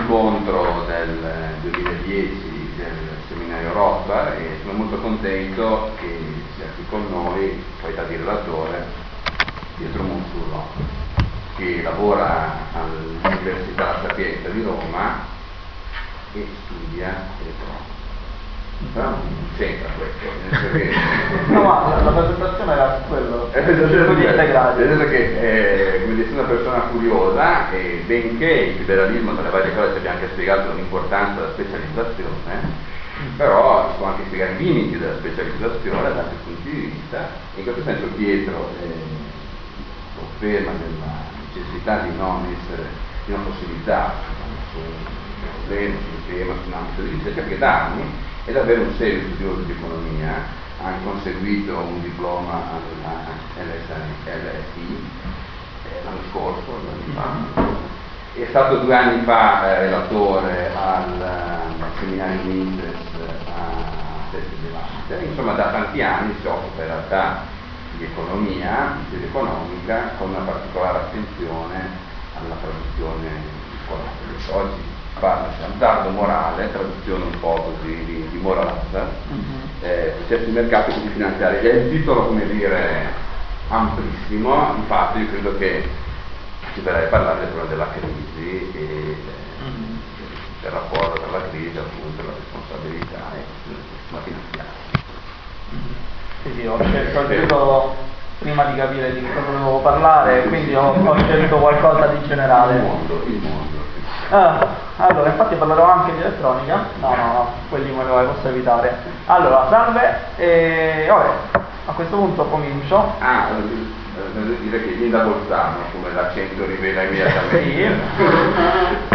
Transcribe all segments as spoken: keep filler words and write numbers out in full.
incontro del duemiladieci del Seminario Europa e sono molto contento che sia qui con noi, qualità di relatore, Pietro Monsurro, che lavora all'Università Sapienza di Roma e studia elettronica. Però non c'entra questo, che... no, ma la presentazione era quello, è integrati. Nel senso che eh, come dice una persona curiosa, e benché il liberalismo tra le varie cose ci abbia anche spiegato l'importanza della specializzazione, però si può anche spiegare i limiti della specializzazione da tanti punti di vista. In questo senso Pietro eh, conferma della necessità di non essere, di non fossilizzarsi su un problema, su un tema, su un ambito di ricerca, che da anni è davvero un serio studioso di economia, ha anche conseguito un diploma all'L S I eh, l'anno scorso, due anni fa. È stato due anni fa eh, relatore al, al seminario Mises a Sette Levante. Insomma, da tanti anni si occupa in realtà di economia, di sede economica, con una particolare attenzione alla traduzione scolastica. Oggi parla di azzardo morale, traduzione un po' così di, di moralazza, uh-huh. eh, processi di mercato e quindi finanziari. È il titolo, come dire, amplissimo. Infatti io credo che ci verrà a parlare del problema della crisi e uh-huh. del rapporto tra la crisi, appunto, la responsabilità e la finanziaria. Uh-huh. Sì, sì, ho scelto il titolo prima di capire di cosa dovevo parlare, quindi ho, ho scelto qualcosa di generale. Il mondo, il mondo. Ah, allora, infatti parlerò anche di elettronica. No, no, no, quelli me lo posso evitare. Allora, salve, e vabbè, a questo punto comincio. Ah, devo dire che viene da Bolzano, come l'accento rivela immediatamente. Sì.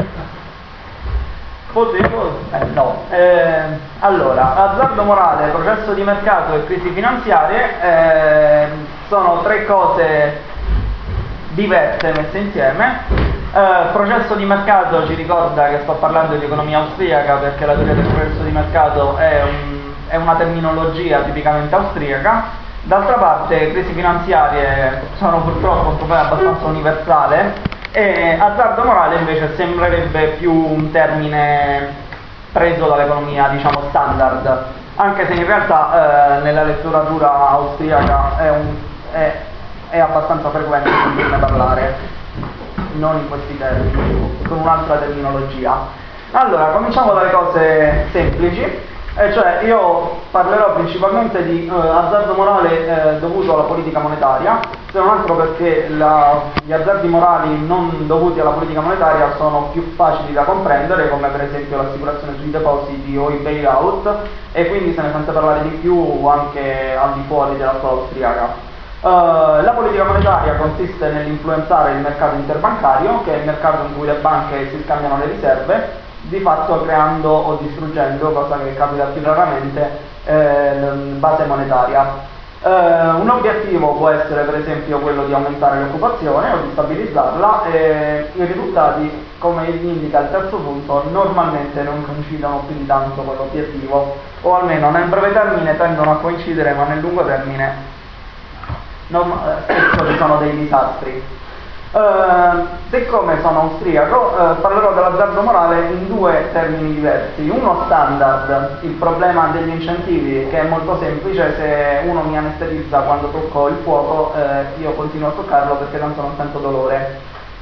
Potevo? Eh, no. Eh, allora, azzardo morale, processo di mercato e crisi finanziarie eh, sono tre cose diverse messe insieme. Uh, processo di mercato ci ricorda che sto parlando di economia austriaca, perché la teoria del processo di mercato è, un, è una terminologia tipicamente austriaca. D'altra parte, crisi finanziarie sono purtroppo un problema abbastanza universale, e azzardo morale invece sembrerebbe più un termine preso dall'economia, diciamo, standard, anche se in realtà eh, nella letteratura austriaca è, un, è, è abbastanza frequente sentirne parlare, non in questi termini, con un'altra terminologia. Allora, cominciamo dalle cose semplici, e cioè io parlerò principalmente di eh, azzardo morale eh, dovuto alla politica monetaria, se non altro perché la, gli azzardi morali non dovuti alla politica monetaria sono più facili da comprendere, come per esempio l'assicurazione sui depositi o i bailout, e quindi se ne sente parlare di più anche al di fuori della scuola austriaca. Uh, la politica monetaria consiste nell'influenzare il mercato interbancario, che è il mercato in cui le banche si scambiano le riserve, di fatto creando o distruggendo, cosa che capita più raramente, eh, base monetaria. Uh, un obiettivo può essere per esempio quello di aumentare l'occupazione o di stabilizzarla, e i risultati, come indica il terzo punto, normalmente non coincidono più di tanto con l'obiettivo, o almeno nel breve termine tendono a coincidere, ma nel lungo termine Non, spesso ci sono dei disastri. Uh, siccome sono austriaco, uh, parlerò dell'azzardo morale in due termini diversi. Uno standard, il problema degli incentivi, che è molto semplice: se uno mi anestetizza quando tocco il fuoco, uh, io continuo a toccarlo perché tanto non sento dolore.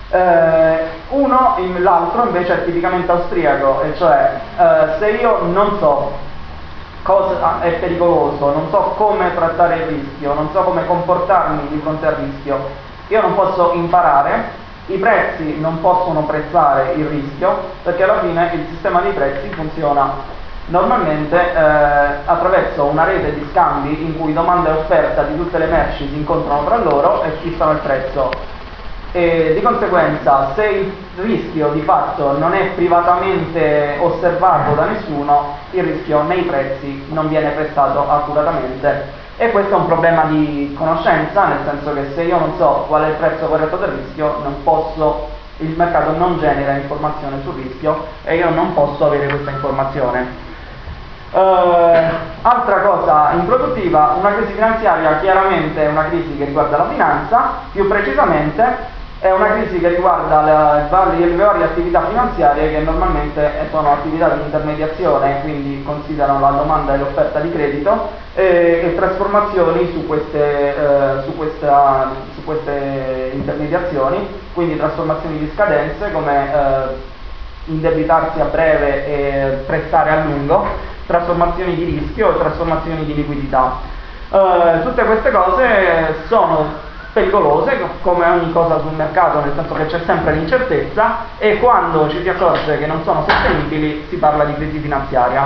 Uh, uno, in, l'altro invece è tipicamente austriaco, e cioè uh, se io non so cosa è pericoloso, non so come trattare il rischio, non so come comportarmi di fronte al rischio, io non posso imparare, i prezzi non possono prezzare il rischio, perché alla fine il sistema dei prezzi funziona normalmente eh, attraverso una rete di scambi in cui domanda e offerta di tutte le merci si incontrano tra loro e fissano il prezzo. E di conseguenza, se il rischio di fatto non è privatamente osservato da nessuno, il rischio nei prezzi non viene prestato accuratamente, e questo è un problema di conoscenza, nel senso che se io non so qual è il prezzo corretto del rischio, non posso, il mercato non genera informazione sul rischio e io non posso avere questa informazione. Uh, altra cosa introduttiva: una crisi finanziaria chiaramente è una crisi che riguarda la finanza, più precisamente è una crisi che riguarda le varie, le varie attività finanziarie che normalmente sono attività di intermediazione, quindi considerano la domanda e l'offerta di credito, e, e trasformazioni su queste, eh, su, questa, su queste intermediazioni, quindi trasformazioni di scadenze come eh, indebitarsi a breve e prestare a lungo, trasformazioni di rischio e trasformazioni di liquidità. Eh, tutte queste cose sono pericolose come ogni cosa sul mercato, nel senso che c'è sempre l'incertezza e quando ci si accorge che non sono sostenibili si parla di crisi finanziaria.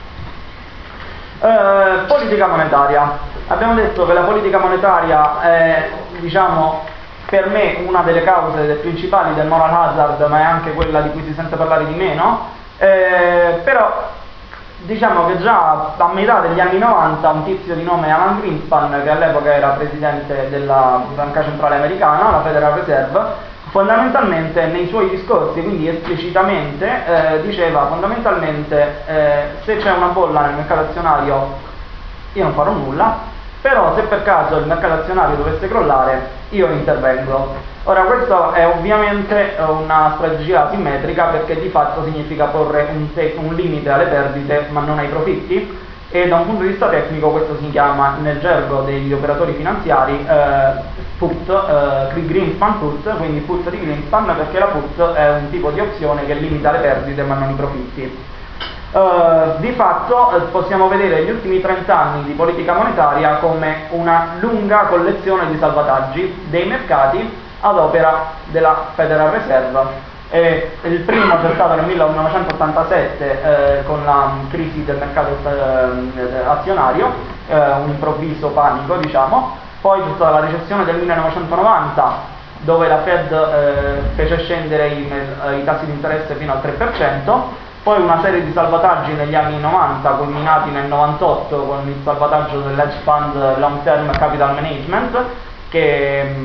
Eh, politica monetaria. Abbiamo detto che la politica monetaria è, diciamo, per me una delle cause principali del moral hazard, ma è anche quella di cui si sente parlare di meno, eh, però diciamo che già a metà degli anni novanta un tizio di nome Alan Greenspan, che all'epoca era presidente della Banca Centrale Americana, la Federal Reserve, fondamentalmente nei suoi discorsi, quindi esplicitamente, eh, diceva fondamentalmente eh, se c'è una bolla nel mercato azionario io non farò nulla, però se per caso il mercato azionario dovesse crollare io intervengo. Ora, questa è ovviamente una strategia asimmetrica, perché di fatto significa porre un, un limite alle perdite ma non ai profitti, e da un punto di vista tecnico questo si chiama nel gergo degli operatori finanziari eh, put, eh, Greenspan put, quindi put di Greenspan, perché la put è un tipo di opzione che limita le perdite ma non i profitti. Uh, di fatto uh, possiamo vedere gli ultimi trenta anni di politica monetaria come una lunga collezione di salvataggi dei mercati ad opera della Federal Reserve. E il primo c'è stato nel millenovecentottantasette eh, con la crisi del mercato eh, azionario, eh, un improvviso panico, diciamo. Poi c'è stata la recessione del millenovecentonovanta, dove la Fed eh, fece scendere i, i tassi di interesse fino al tre per cento. Poi una serie di salvataggi negli anni novanta, culminati nel novantotto con il salvataggio dell'hedge fund Long Term Capital Management, che,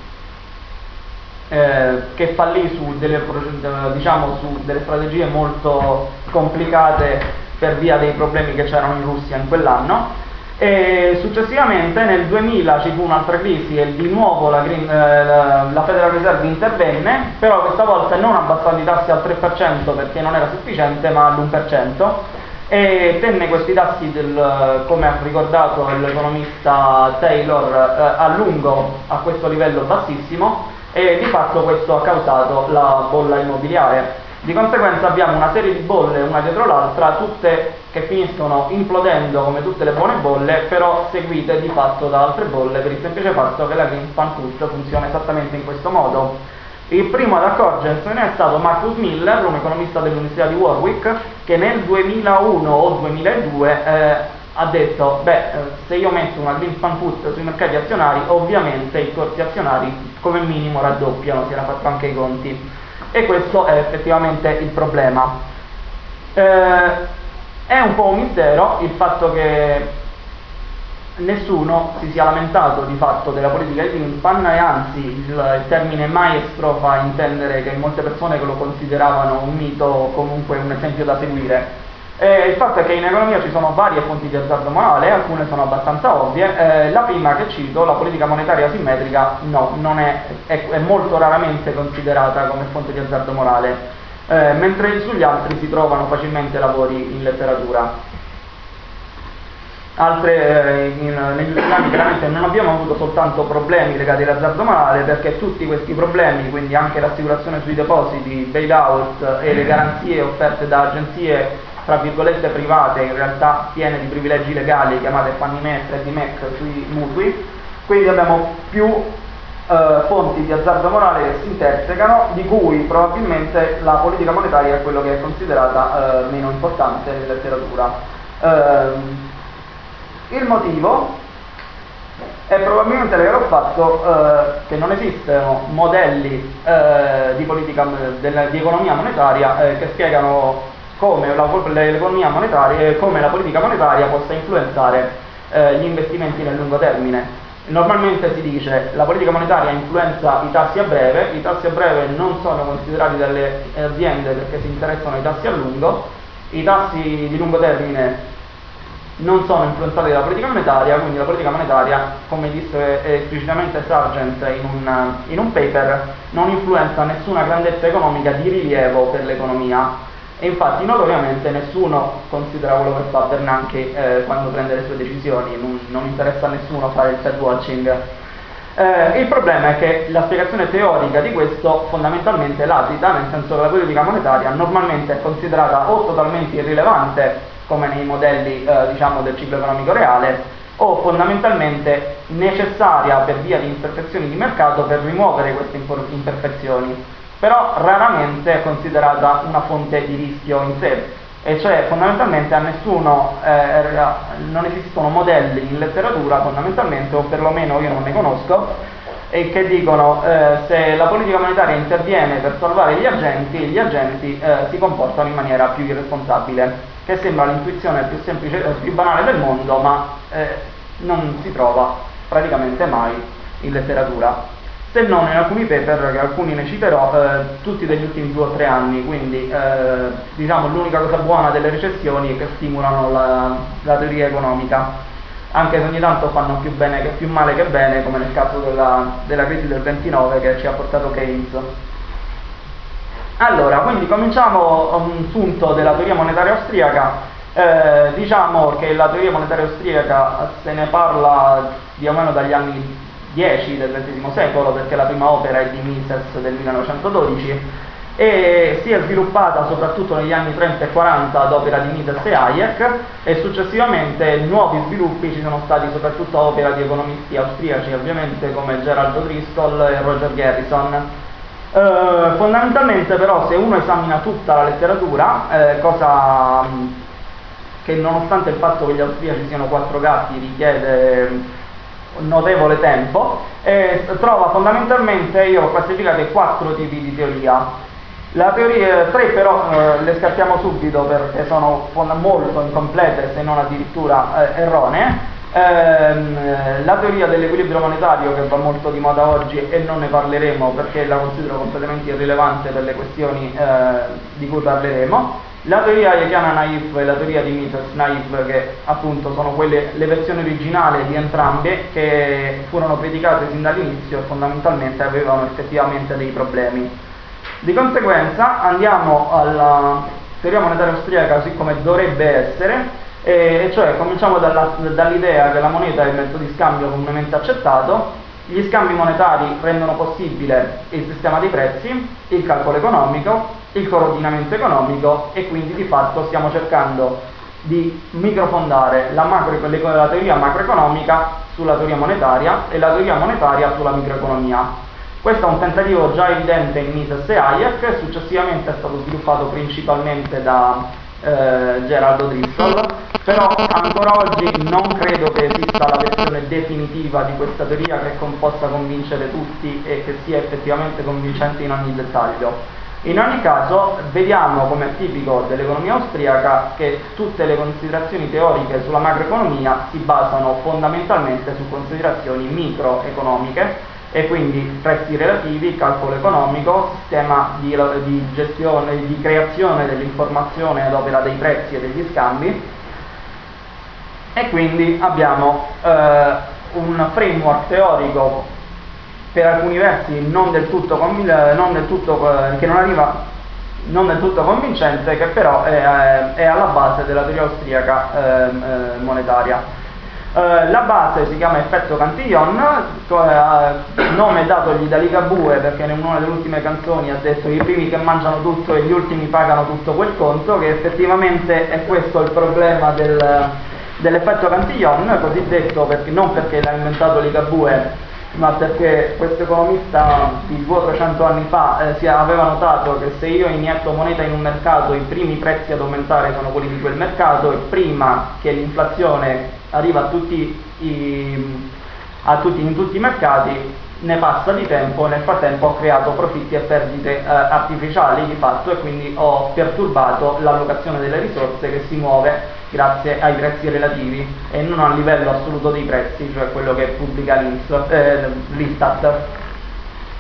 eh, che fallì su delle, diciamo, su delle strategie molto complicate per via dei problemi che c'erano in Russia in quell'anno. E successivamente nel duemila ci fu un'altra crisi e di nuovo la, Green, eh, la, la Federal Reserve intervenne, però questa volta non abbassando i tassi al tre per cento perché non era sufficiente, ma all'uno per cento, e tenne questi tassi, del, come ha ricordato l'economista Taylor, eh, a lungo a questo livello bassissimo, e di fatto questo ha causato la bolla immobiliare. Di conseguenza abbiamo una serie di bolle una dietro l'altra, tutte che finiscono implodendo come tutte le buone bolle, però seguite di fatto da altre bolle, per il semplice fatto che la Greenspan put funziona esattamente in questo modo. Il primo ad accorgersene è stato Marcus Miller, un economista dell'Università di Warwick, che nel duemilauno o duemiladue eh, ha detto, beh, se io metto una Greenspan put sui mercati azionari, ovviamente i corsi azionari come minimo raddoppiano, si era fatto anche i conti. E questo è effettivamente il problema. Eh, è un po' un mistero il fatto che nessuno si sia lamentato di fatto della politica di Greenspan, e anzi il, il termine maestro fa intendere che molte persone che lo consideravano un mito o comunque un esempio da seguire. Eh, il fatto è che in economia ci sono varie fonti di azzardo morale, alcune sono abbastanza ovvie. Eh, la prima che cito, la politica monetaria asimmetrica, no, non è, è, è molto raramente considerata come fonte di azzardo morale, eh, mentre sugli altri si trovano facilmente lavori in letteratura. Altre, eh, in, negli ultimi anni chiaramente non abbiamo avuto soltanto problemi legati all'azzardo morale, perché tutti questi problemi, quindi anche l'assicurazione sui depositi, bailout e le garanzie offerte da agenzie tra virgolette private, in realtà piene di privilegi legali, chiamate Fannie Mae e Freddie Mac sui mutui. Quindi abbiamo più eh, fonti di azzardo morale che si intersecano, di cui probabilmente la politica monetaria è quello che è considerata eh, meno importante nella letteratura. Eh, il motivo è probabilmente legato al fatto eh, che non esistono modelli eh, di politica della, di economia monetaria eh, che spiegano come la, l'economia monetaria, come la politica monetaria possa influenzare eh, gli investimenti nel lungo termine. Normalmente si dice che la politica monetaria influenza i tassi a breve, i tassi a breve non sono considerati dalle aziende perché si interessano ai tassi a lungo, i tassi di lungo termine non sono influenzati dalla politica monetaria, quindi la politica monetaria, come disse esplicitamente Sargent in un, in un paper, non influenza nessuna grandezza economica di rilievo per l'economia. E infatti notoriamente nessuno considera quello che fa Bernanke eh, quando prende le sue decisioni, non, non interessa a nessuno fare il Fed watching. Eh, il problema è che la spiegazione teorica di questo fondamentalmente è latita, nel senso che la politica monetaria normalmente è considerata o totalmente irrilevante, come nei modelli eh, diciamo del ciclo economico reale, o fondamentalmente necessaria per via di imperfezioni di mercato per rimuovere queste imperfezioni, però raramente è considerata una fonte di rischio in sé, e cioè fondamentalmente a nessuno, eh, non esistono modelli in letteratura fondamentalmente, o perlomeno io non ne conosco, e che dicono eh, se la politica monetaria interviene per salvare gli agenti, gli agenti eh, si comportano in maniera più irresponsabile, che sembra l'intuizione più semplice, più banale del mondo, ma eh, non si trova praticamente mai in letteratura, se non in alcuni paper, che alcuni ne citerò, eh, tutti degli ultimi due o tre anni, quindi eh, diciamo l'unica cosa buona delle recessioni è che stimolano la, la teoria economica, anche se ogni tanto fanno più, bene che, più male che bene, come nel caso della, della crisi del ventinove che ci ha portato Keynes. Allora, quindi cominciamo un punto della teoria monetaria austriaca. Eh, diciamo che la teoria monetaria austriaca se ne parla più o meno dagli anni dieci del ventesimo secolo, perché la prima opera è di Mises del millenovecentododici e si è sviluppata soprattutto negli anni trenta e quaranta ad opera di Mises e Hayek, e successivamente nuovi sviluppi ci sono stati soprattutto a opera di economisti austriaci, ovviamente, come Gerald Driscoll e Roger Garrison. Eh, fondamentalmente però, se uno esamina tutta la letteratura, eh, cosa mh, che nonostante il fatto che gli austriaci siano quattro gatti richiede notevole tempo, e trova fondamentalmente, io ho classificato quattro tipi di teoria. La teoria, tre però eh, le scartiamo subito perché sono molto incomplete, se non addirittura eh, erronee. Eh, la teoria dell'equilibrio monetario, che va molto di moda oggi e non ne parleremo perché la considero completamente irrilevante per le questioni eh, di cui parleremo. La teoria hayekana naif e la teoria di Mises naif, che appunto sono quelle, le versioni originali di entrambe, che furono criticate sin dall'inizio e fondamentalmente avevano effettivamente dei problemi. Di conseguenza andiamo alla teoria monetaria austriaca così come dovrebbe essere, e cioè cominciamo dalla, dall'idea che la moneta è il mezzo di scambio comunemente accettato. Gli scambi monetari rendono possibile il sistema dei prezzi, il calcolo economico, il coordinamento economico, e quindi di fatto stiamo cercando di microfondare la, macro, la teoria macroeconomica sulla teoria monetaria e la teoria monetaria sulla microeconomia. Questo è un tentativo già evidente in Mises e Hayek, successivamente è stato sviluppato principalmente da eh, Gerald Driscoll, però ancora oggi non credo che esista la versione definitiva di questa teoria che possa convincere tutti e che sia effettivamente convincente in ogni dettaglio. In ogni caso, vediamo, come è tipico dell'economia austriaca, che tutte le considerazioni teoriche sulla macroeconomia si basano fondamentalmente su considerazioni microeconomiche, e quindi prezzi relativi, calcolo economico, sistema di, di gestione, di creazione dell'informazione ad opera dei prezzi e degli scambi, e quindi abbiamo eh, un framework teorico per alcuni versi non del tutto, non del tutto che non arriva non del tutto convincente, che però è, è alla base della teoria austriaca eh, eh, monetaria. Uh, la base si chiama effetto Cantillon, uh, nome datogli da Ligabue perché in una delle ultime canzoni ha detto i primi che mangiano tutto e gli ultimi pagano tutto quel conto, che effettivamente è questo il problema del, dell'effetto Cantillon, cosiddetto, perché, non perché l'ha inventato Ligabue, ma perché questo economista di duecento trecento anni fa eh, si aveva notato che se io inietto moneta in un mercato, i primi prezzi ad aumentare sono quelli di quel mercato, e prima che l'inflazione arriva a tutti, i, a tutti in tutti i mercati ne passa di tempo, nel frattempo ho creato profitti e perdite eh, artificiali di fatto, e quindi ho perturbato l'allocazione delle risorse che si muove grazie ai prezzi relativi e non a livello assoluto dei prezzi, cioè quello che pubblica l'Istat.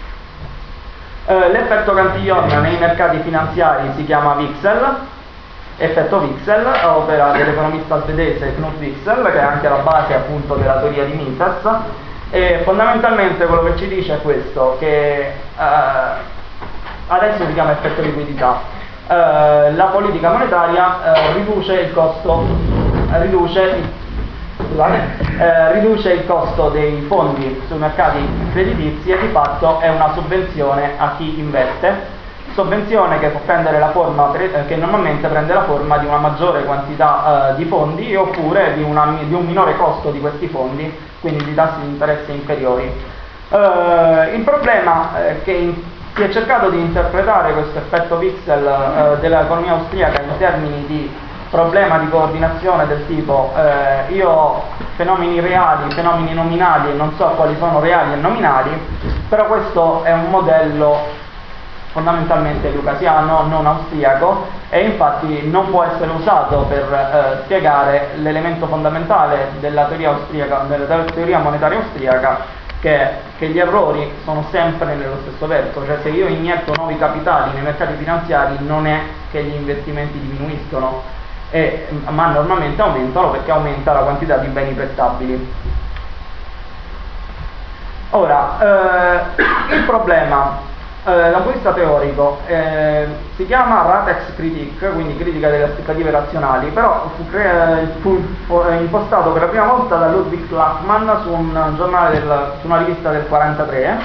Eh, l'effetto Cantillon nei mercati finanziari si chiama Wixel. Effetto Wicksell, opera dell'economista svedese Knut Wicksell, che è anche la base appunto della teoria di Mises, e fondamentalmente quello che ci dice è questo, che eh, adesso si chiama effetto liquidità. Eh, la politica monetaria eh, riduce il costo riduce il, scusate, eh, riduce il costo dei fondi sui mercati creditizi e di fatto è una sovvenzione a chi investe. Sovvenzione che può prendere la forma, che normalmente prende la forma di una maggiore quantità eh, di fondi oppure di, una, di un minore costo di questi fondi, quindi di tassi di interesse inferiori. Eh, il problema è che in, si è cercato di interpretare questo effetto Wicksell eh, dell'economia austriaca in termini di problema di coordinazione del tipo eh, io ho fenomeni reali, fenomeni nominali e non so quali sono reali e nominali, però questo è un modello fondamentalmente lucasiano, non austriaco, e infatti non può essere usato per eh, spiegare l'elemento fondamentale della teoria austriaca, della teoria monetaria austriaca, che è che gli errori sono sempre nello stesso verso, cioè se io inietto nuovi capitali nei mercati finanziari non è che gli investimenti diminuiscono, e, ma normalmente aumentano perché aumenta la quantità di beni prestabili. Ora, eh, il problema Eh, dal punto di vista teorico eh, si chiama Ratex Critique, quindi critica delle aspettative razionali, però fu, crea- fu, fu impostato per la prima volta da Ludwig Lachmann su un giornale del, su una rivista del quarantatré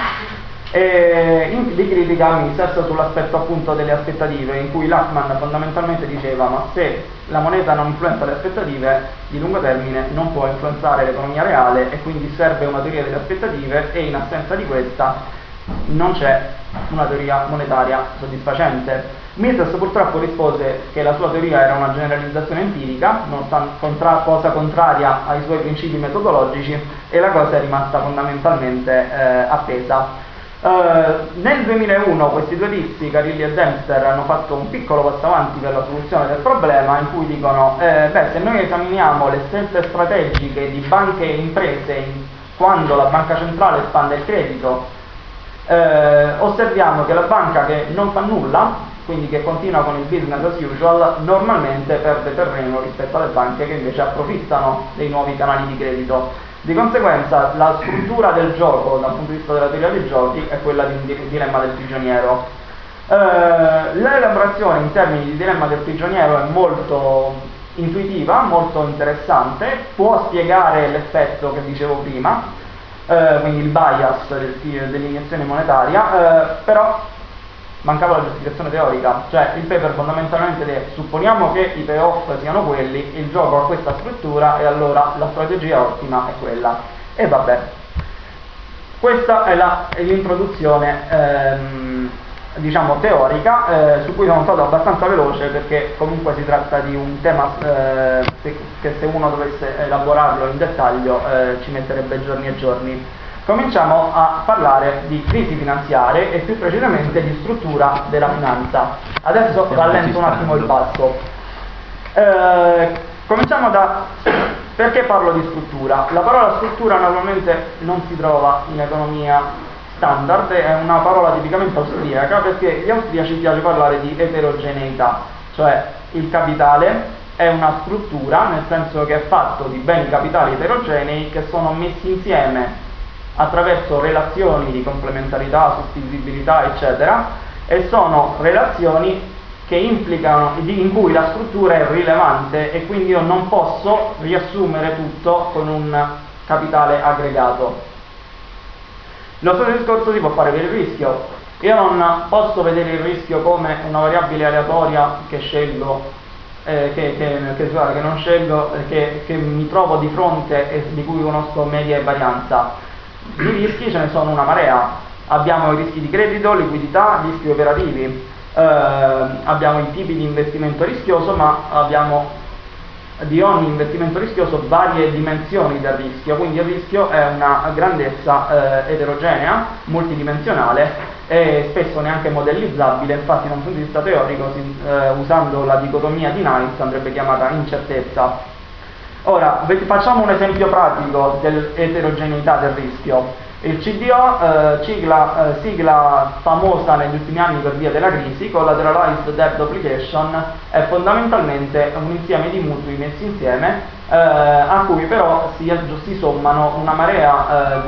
e in, di critica a Mises sull'aspetto appunto delle aspettative, in cui Lachmann fondamentalmente diceva: ma se la moneta non influenza le aspettative di lungo termine non può influenzare l'economia reale, e quindi serve una teoria delle aspettative, e in assenza di questa non c'è una teoria monetaria soddisfacente. Mises purtroppo rispose che la sua teoria era una generalizzazione empirica, non tan- contra- cosa contraria ai suoi principi metodologici, e la cosa è rimasta fondamentalmente eh, appesa. Uh, nel duemilauno questi due tizi, Carilli e Dempster, hanno fatto un piccolo passo avanti per la soluzione del problema, in cui dicono eh, beh, se noi esaminiamo le scelte strategiche di banche e imprese in, quando la banca centrale espande il credito, Eh, osserviamo che la banca che non fa nulla, quindi che continua con il business as usual, normalmente perde terreno rispetto alle banche che invece approfittano dei nuovi canali di credito. Di conseguenza la struttura del gioco dal punto di vista della teoria dei giochi è quella di un dilemma del prigioniero. Eh, l'elaborazione in termini di dilemma del prigioniero è molto intuitiva, molto interessante, può spiegare l'effetto che dicevo prima, Uh, quindi il bias del, dell'iniezione monetaria, uh, però mancava la giustificazione teorica, cioè il paper fondamentalmente è: supponiamo che i payoff siano quelli, il gioco ha questa struttura e allora la strategia ottima è quella. E vabbè, questa è, la, è l'introduzione ehm, diciamo teorica, eh, su cui sono stato abbastanza veloce perché comunque si tratta di un tema eh, se, che se uno dovesse elaborarlo in dettaglio eh, ci metterebbe giorni e giorni. Cominciamo a parlare di crisi finanziarie e più precisamente di struttura della finanza. Adesso rallento un attimo il passo. Eh, cominciamo da perché parlo di struttura. La parola struttura normalmente non si trova in economia standard, è una parola tipicamente austriaca perché gli austriaci piace parlare di eterogeneità, cioè il capitale è una struttura, nel senso che è fatto di beni capitali eterogenei che sono messi insieme attraverso relazioni di complementarità, sostituibilità eccetera, e sono relazioni che implicano, in cui la struttura è rilevante e quindi io non posso riassumere tutto con un capitale aggregato. Lo stesso discorso si può fare per il rischio. Io non posso vedere il rischio come una variabile aleatoria che scelgo, eh, che, che, che, che non scelgo, che, che mi trovo di fronte e di cui conosco media e varianza. Di rischi ce ne sono una marea. Abbiamo i rischi di credito, liquidità, rischi operativi, eh, abbiamo i tipi di investimento rischioso, ma abbiamo di ogni investimento rischioso varie dimensioni del rischio, quindi il rischio è una grandezza eh, eterogenea, multidimensionale e spesso neanche modellizzabile. Infatti da un punto di vista teorico, si, eh, usando la dicotomia di Knight, andrebbe chiamata incertezza. Ora facciamo un esempio pratico dell'eterogeneità del rischio. Il C D O, eh, sigla, eh, sigla famosa negli ultimi anni per via della crisi, Collateralized Debt Obligation, è fondamentalmente un insieme di mutui messi insieme, eh, a cui però si, si sommano una marea eh,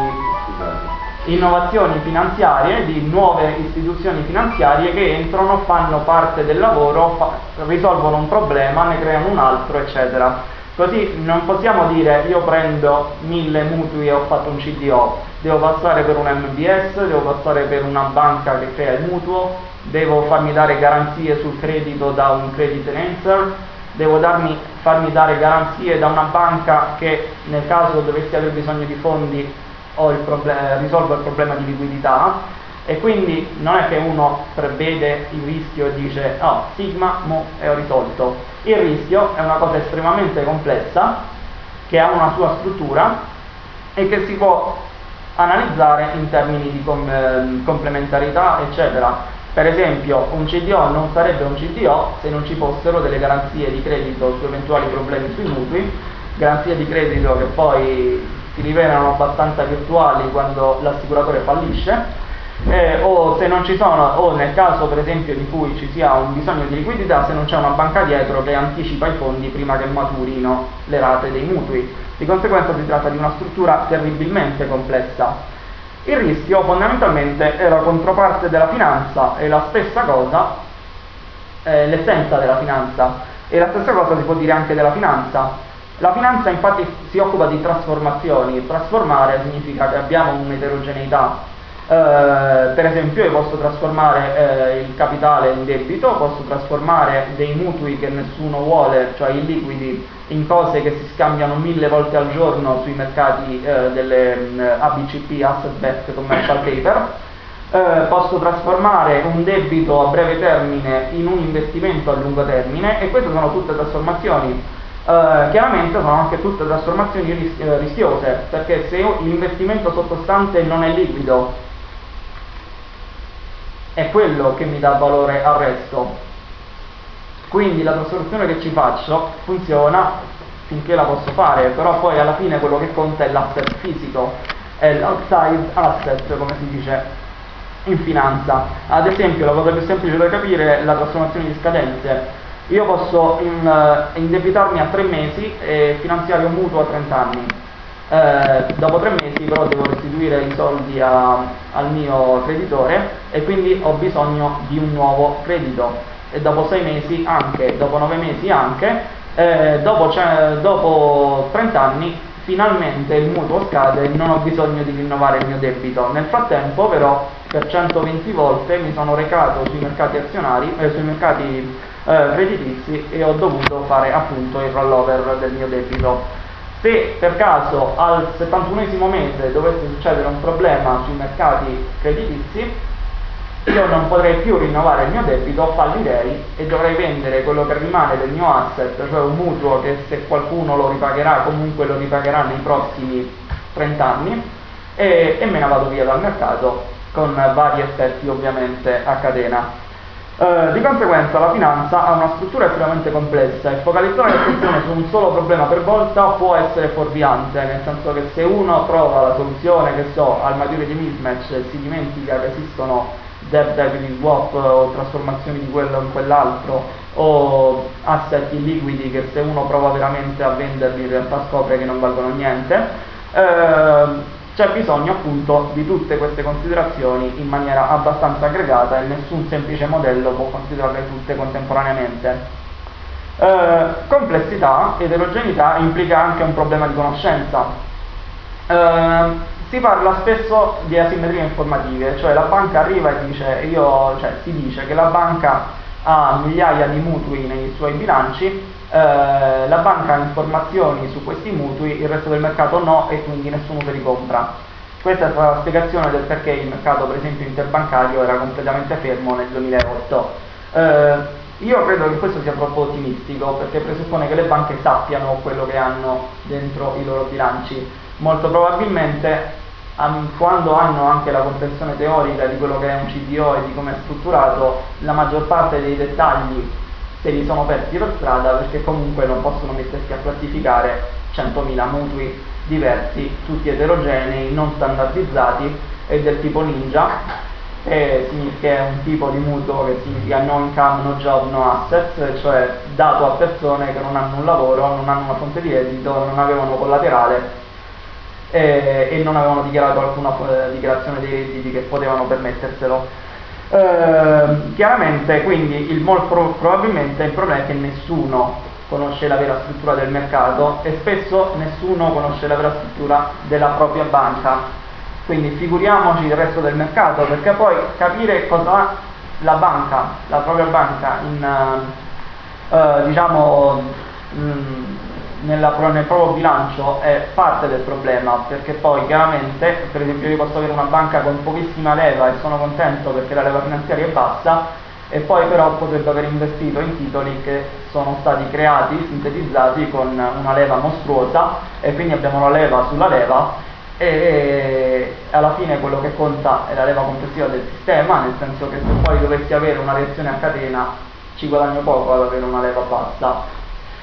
di innovazioni finanziarie, di nuove istituzioni finanziarie che entrano, fanno parte del lavoro, fa, risolvono un problema, ne creano un altro, eccetera. Così non possiamo dire io prendo mille mutui e ho fatto un C D O, devo passare per un M B S, devo passare per una banca che crea il mutuo, devo farmi dare garanzie sul credito da un credit enhancer, devo darmi, farmi dare garanzie da una banca che nel caso dovessi aver bisogno di fondi ho il problem- risolvo il problema di liquidità. E quindi non è che uno prevede il rischio e dice oh, Sigma, mo e ho risolto. Il rischio è una cosa estremamente complessa che ha una sua struttura e che si può analizzare in termini di com- eh, complementarità, eccetera. Per esempio un C D O non sarebbe un C D O se non ci fossero delle garanzie di credito su eventuali problemi sui mutui, garanzie di credito che poi si rivelano abbastanza virtuali quando l'assicuratore fallisce. Eh, o se non ci sono, o nel caso per esempio di cui ci sia un bisogno di liquidità, se non c'è una banca dietro che anticipa i fondi prima che maturino le rate dei mutui. Di conseguenza si tratta di una struttura terribilmente complessa. Il rischio fondamentalmente è la controparte della finanza, è la stessa cosa, è l'essenza della finanza, e la stessa cosa si può dire anche della finanza. La finanza infatti si occupa di trasformazioni. Trasformare significa che abbiamo un'eterogeneità. Uh, per esempio io posso trasformare uh, il capitale in debito, posso trasformare dei mutui che nessuno vuole, cioè illiquidi, in cose che si scambiano mille volte al giorno sui mercati uh, delle um, A B C P, Asset Backed Commercial Paper. Uh, posso trasformare un debito a breve termine in un investimento a lungo termine, e queste sono tutte trasformazioni. Uh, chiaramente sono anche tutte trasformazioni ris- uh, rischiose, perché se l'investimento sottostante non è liquido, è quello che mi dà valore al resto. Quindi la trasformazione che ci faccio funziona finché la posso fare, però poi alla fine quello che conta è l'asset fisico, è l'outside asset, come si dice in finanza. Ad esempio, la cosa più semplice da capire è la trasformazione di scadenze. Io posso in, uh, indebitarmi a tre mesi e finanziare un mutuo a trenta anni. Eh, dopo tre mesi però devo restituire i soldi a, al mio creditore, e quindi ho bisogno di un nuovo credito, e dopo sei mesi anche, dopo nove mesi anche, eh, dopo, cioè, dopo trenta anni finalmente il mutuo scade e non ho bisogno di rinnovare il mio debito. Nel frattempo però per centoventi volte mi sono recato sui mercati azionari, eh, sui mercati eh, creditizi, e ho dovuto fare appunto il rollover del mio debito. Se per caso al settantunesimo mese dovesse succedere un problema sui mercati creditizi, io non potrei più rinnovare il mio debito, fallirei e dovrei vendere quello che rimane del mio asset, cioè un mutuo che se qualcuno lo ripagherà comunque lo ripagherà nei prossimi trenta anni, e, e me ne vado via dal mercato, con vari effetti ovviamente a catena. Uh, di conseguenza la finanza ha una struttura estremamente complessa, e focalizzare l'attenzione su un solo problema per volta può essere fuorviante, nel senso che se uno trova la soluzione, che so, al maturity mismatch e si dimentica che esistono debt equity swap o trasformazioni di quello in quell'altro, o asset illiquidi che se uno prova veramente a venderli in realtà scopre che non valgono niente, uh, c'è bisogno appunto di tutte queste considerazioni in maniera abbastanza aggregata, e nessun semplice modello può considerarle tutte contemporaneamente. Eh, complessità, eterogeneità implica anche un problema di conoscenza. Eh, si parla spesso di asimmetrie informative, cioè la banca arriva e dice, io, cioè si dice che la banca ha migliaia di mutui nei suoi bilanci, eh, la banca ha informazioni su questi mutui, il resto del mercato no, e quindi nessuno se li compra. Questa è la spiegazione del perché il mercato, per esempio interbancario, era completamente fermo nel duemilaotto. Eh, io credo che questo sia troppo ottimistico, perché presuppone che le banche sappiano quello che hanno dentro i loro bilanci. Molto probabilmente quando hanno anche la comprensione teorica di quello che è un C D O e di come è strutturato, la maggior parte dei dettagli se li sono persi per strada, perché comunque non possono mettersi a classificare centomila mutui diversi, tutti eterogenei, non standardizzati e del tipo ninja, che è un tipo di mutuo che significa no income, no job, no assets, cioè dato a persone che non hanno un lavoro, non hanno una fonte di reddito, non avevano collaterale e, e non avevano dichiarato alcuna dichiarazione dei redditi che potevano permetterselo. Eh, chiaramente, quindi, il, molto probabilmente il problema è che nessuno conosce la vera struttura del mercato e spesso nessuno conosce la vera struttura della propria banca. Quindi figuriamoci il resto del mercato, perché poi capire cosa ha la banca, la propria banca, in, uh, uh, diciamo, mh, nella, nel proprio bilancio è parte del problema, perché poi chiaramente, per esempio, io posso avere una banca con pochissima leva e sono contento perché la leva finanziaria è bassa, e poi però potrebbe aver investito in titoli che sono stati creati, sintetizzati con una leva mostruosa, e quindi abbiamo la leva sulla leva, e alla fine quello che conta è la leva complessiva del sistema, nel senso che se poi dovessi avere una reazione a catena ci guadagno poco ad avere una leva bassa.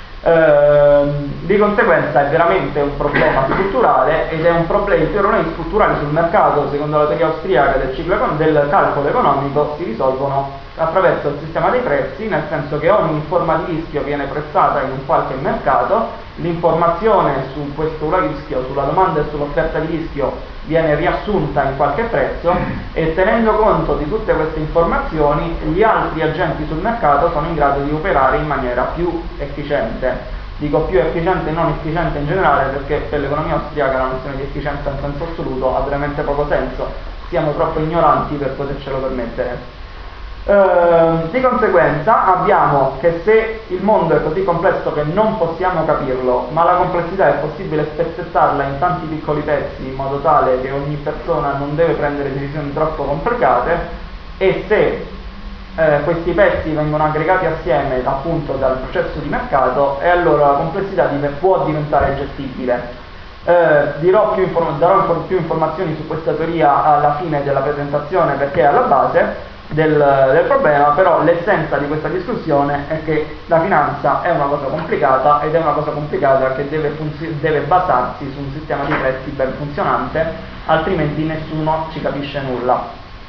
Ehm, di conseguenza è veramente un problema strutturale, ed è un problema, i problemi strutturali sul mercato, secondo la teoria austriaca del, ciclo, del calcolo economico, si risolvono attraverso il sistema dei prezzi, nel senso che ogni forma di rischio viene prestata in un qualche mercato, l'informazione su questo rischio, sulla domanda e sull'offerta di rischio viene riassunta in qualche prezzo, e tenendo conto di tutte queste informazioni gli altri agenti sul mercato sono in grado di operare in maniera più efficiente. Dico più efficiente e non efficiente in generale, perché per l'economia austriaca la nozione di efficienza in senso assoluto ha veramente poco senso, siamo troppo ignoranti per potercelo permettere. Uh, di conseguenza abbiamo che se il mondo è così complesso che non possiamo capirlo, ma la complessità è possibile spezzettarla in tanti piccoli pezzi in modo tale che ogni persona non deve prendere decisioni troppo complicate, e se eh, questi pezzi vengono aggregati assieme appunto dal processo di mercato, e allora la complessità div- può diventare gestibile. Eh, dirò più inform- darò infor- più informazioni su questa teoria alla fine della presentazione, perché è alla base Del, del problema, però l'essenza di questa discussione è che la finanza è una cosa complicata, ed è una cosa complicata che deve, funzi- deve basarsi su un sistema di prezzi ben funzionante, altrimenti nessuno ci capisce nulla.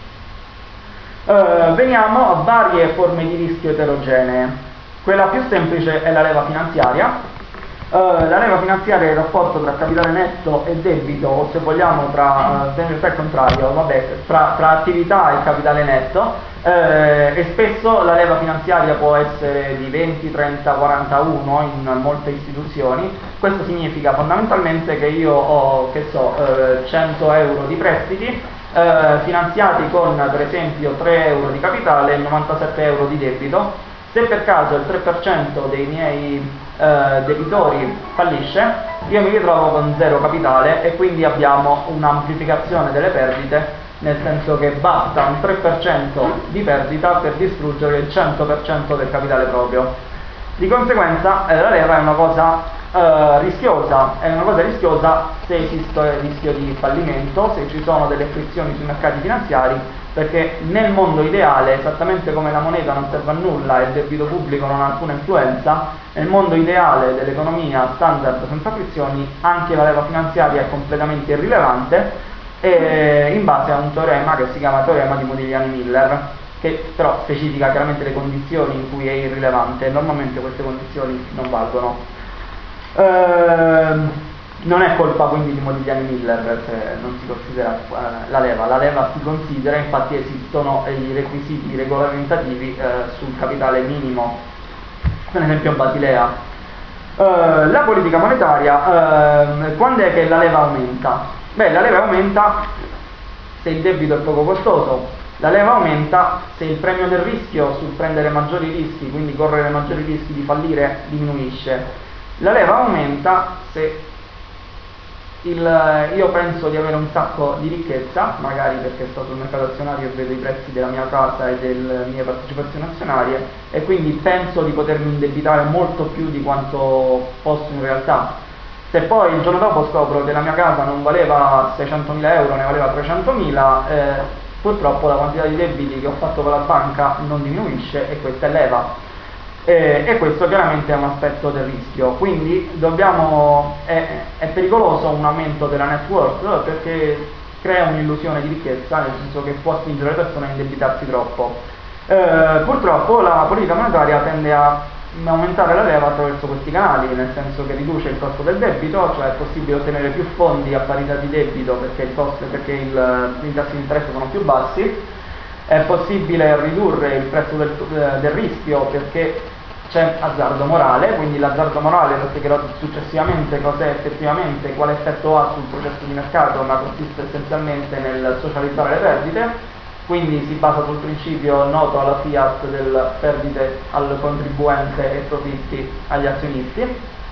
Uh, veniamo a varie forme di rischio eterogenee. Quella più semplice è la leva finanziaria. Uh, la leva finanziaria è il rapporto tra capitale netto e debito, o se vogliamo tra, uh, in realtà il contrario, vabbè, tra, tra attività e capitale netto, uh, e spesso la leva finanziaria può essere di venti, trenta, quarantuno in molte istituzioni. Questo significa fondamentalmente che io ho, che so, uh, cento euro di prestiti uh, finanziati con per esempio tre euro di capitale e novantasette euro di debito. Se per caso il tre per cento dei miei eh, debitori fallisce, io mi ritrovo con zero capitale, e quindi abbiamo un'amplificazione delle perdite, nel senso che basta un tre per cento di perdita per distruggere il cento per cento del capitale proprio. Di conseguenza eh, la leva è una cosa eh, rischiosa, è una cosa rischiosa se esiste il rischio di fallimento, se ci sono delle frizioni sui mercati finanziari, perché nel mondo ideale, esattamente come la moneta non serve a nulla e il debito pubblico non ha alcuna influenza, nel mondo ideale dell'economia standard senza frizioni anche la leva finanziaria è completamente irrilevante, e in base a un teorema che si chiama teorema di Modigliani-Miller, che però specifica chiaramente le condizioni in cui è irrilevante, e normalmente queste condizioni non valgono. Ehm, Non è colpa quindi di Modigliani-Miller se non si considera eh, la leva, la leva si considera, infatti esistono i requisiti regolamentativi eh, sul capitale minimo, per esempio Basilea. Eh, la politica monetaria, eh, quando è che la leva aumenta? Beh, la leva aumenta se il debito è poco costoso, la leva aumenta se il premio del rischio sul prendere maggiori rischi, quindi correre maggiori rischi di fallire, diminuisce. La leva aumenta se Il, io penso di avere un sacco di ricchezza, magari perché sto sul mercato azionario e vedo i prezzi della mia casa e delle mie partecipazioni azionarie, e quindi penso di potermi indebitare molto più di quanto posso in realtà. Se poi il giorno dopo scopro che la mia casa non valeva seicentomila euro, ne valeva trecentomila, eh, purtroppo la quantità di debiti che ho fatto con la banca non diminuisce, e questa è leva. e, e questo chiaramente è un aspetto del rischio, quindi dobbiamo, è, è pericoloso un aumento della net worth perché crea un'illusione di ricchezza, nel senso che può spingere le persone a indebitarsi troppo. Eh, purtroppo la politica monetaria tende a aumentare la leva attraverso questi canali, nel senso che riduce il costo del debito, cioè è possibile ottenere più fondi a parità di debito perché, il costo, perché il, i tassi di interesse sono più bassi, è possibile ridurre il prezzo del, del rischio perché c'è azzardo morale, quindi l'azzardo morale lo spiegherò successivamente cos'è effettivamente, quale effetto ha sul processo di mercato, ma consiste essenzialmente nel socializzare le perdite. Quindi si basa sul principio noto alla Fiat del perdite al contribuente e profitti agli azionisti,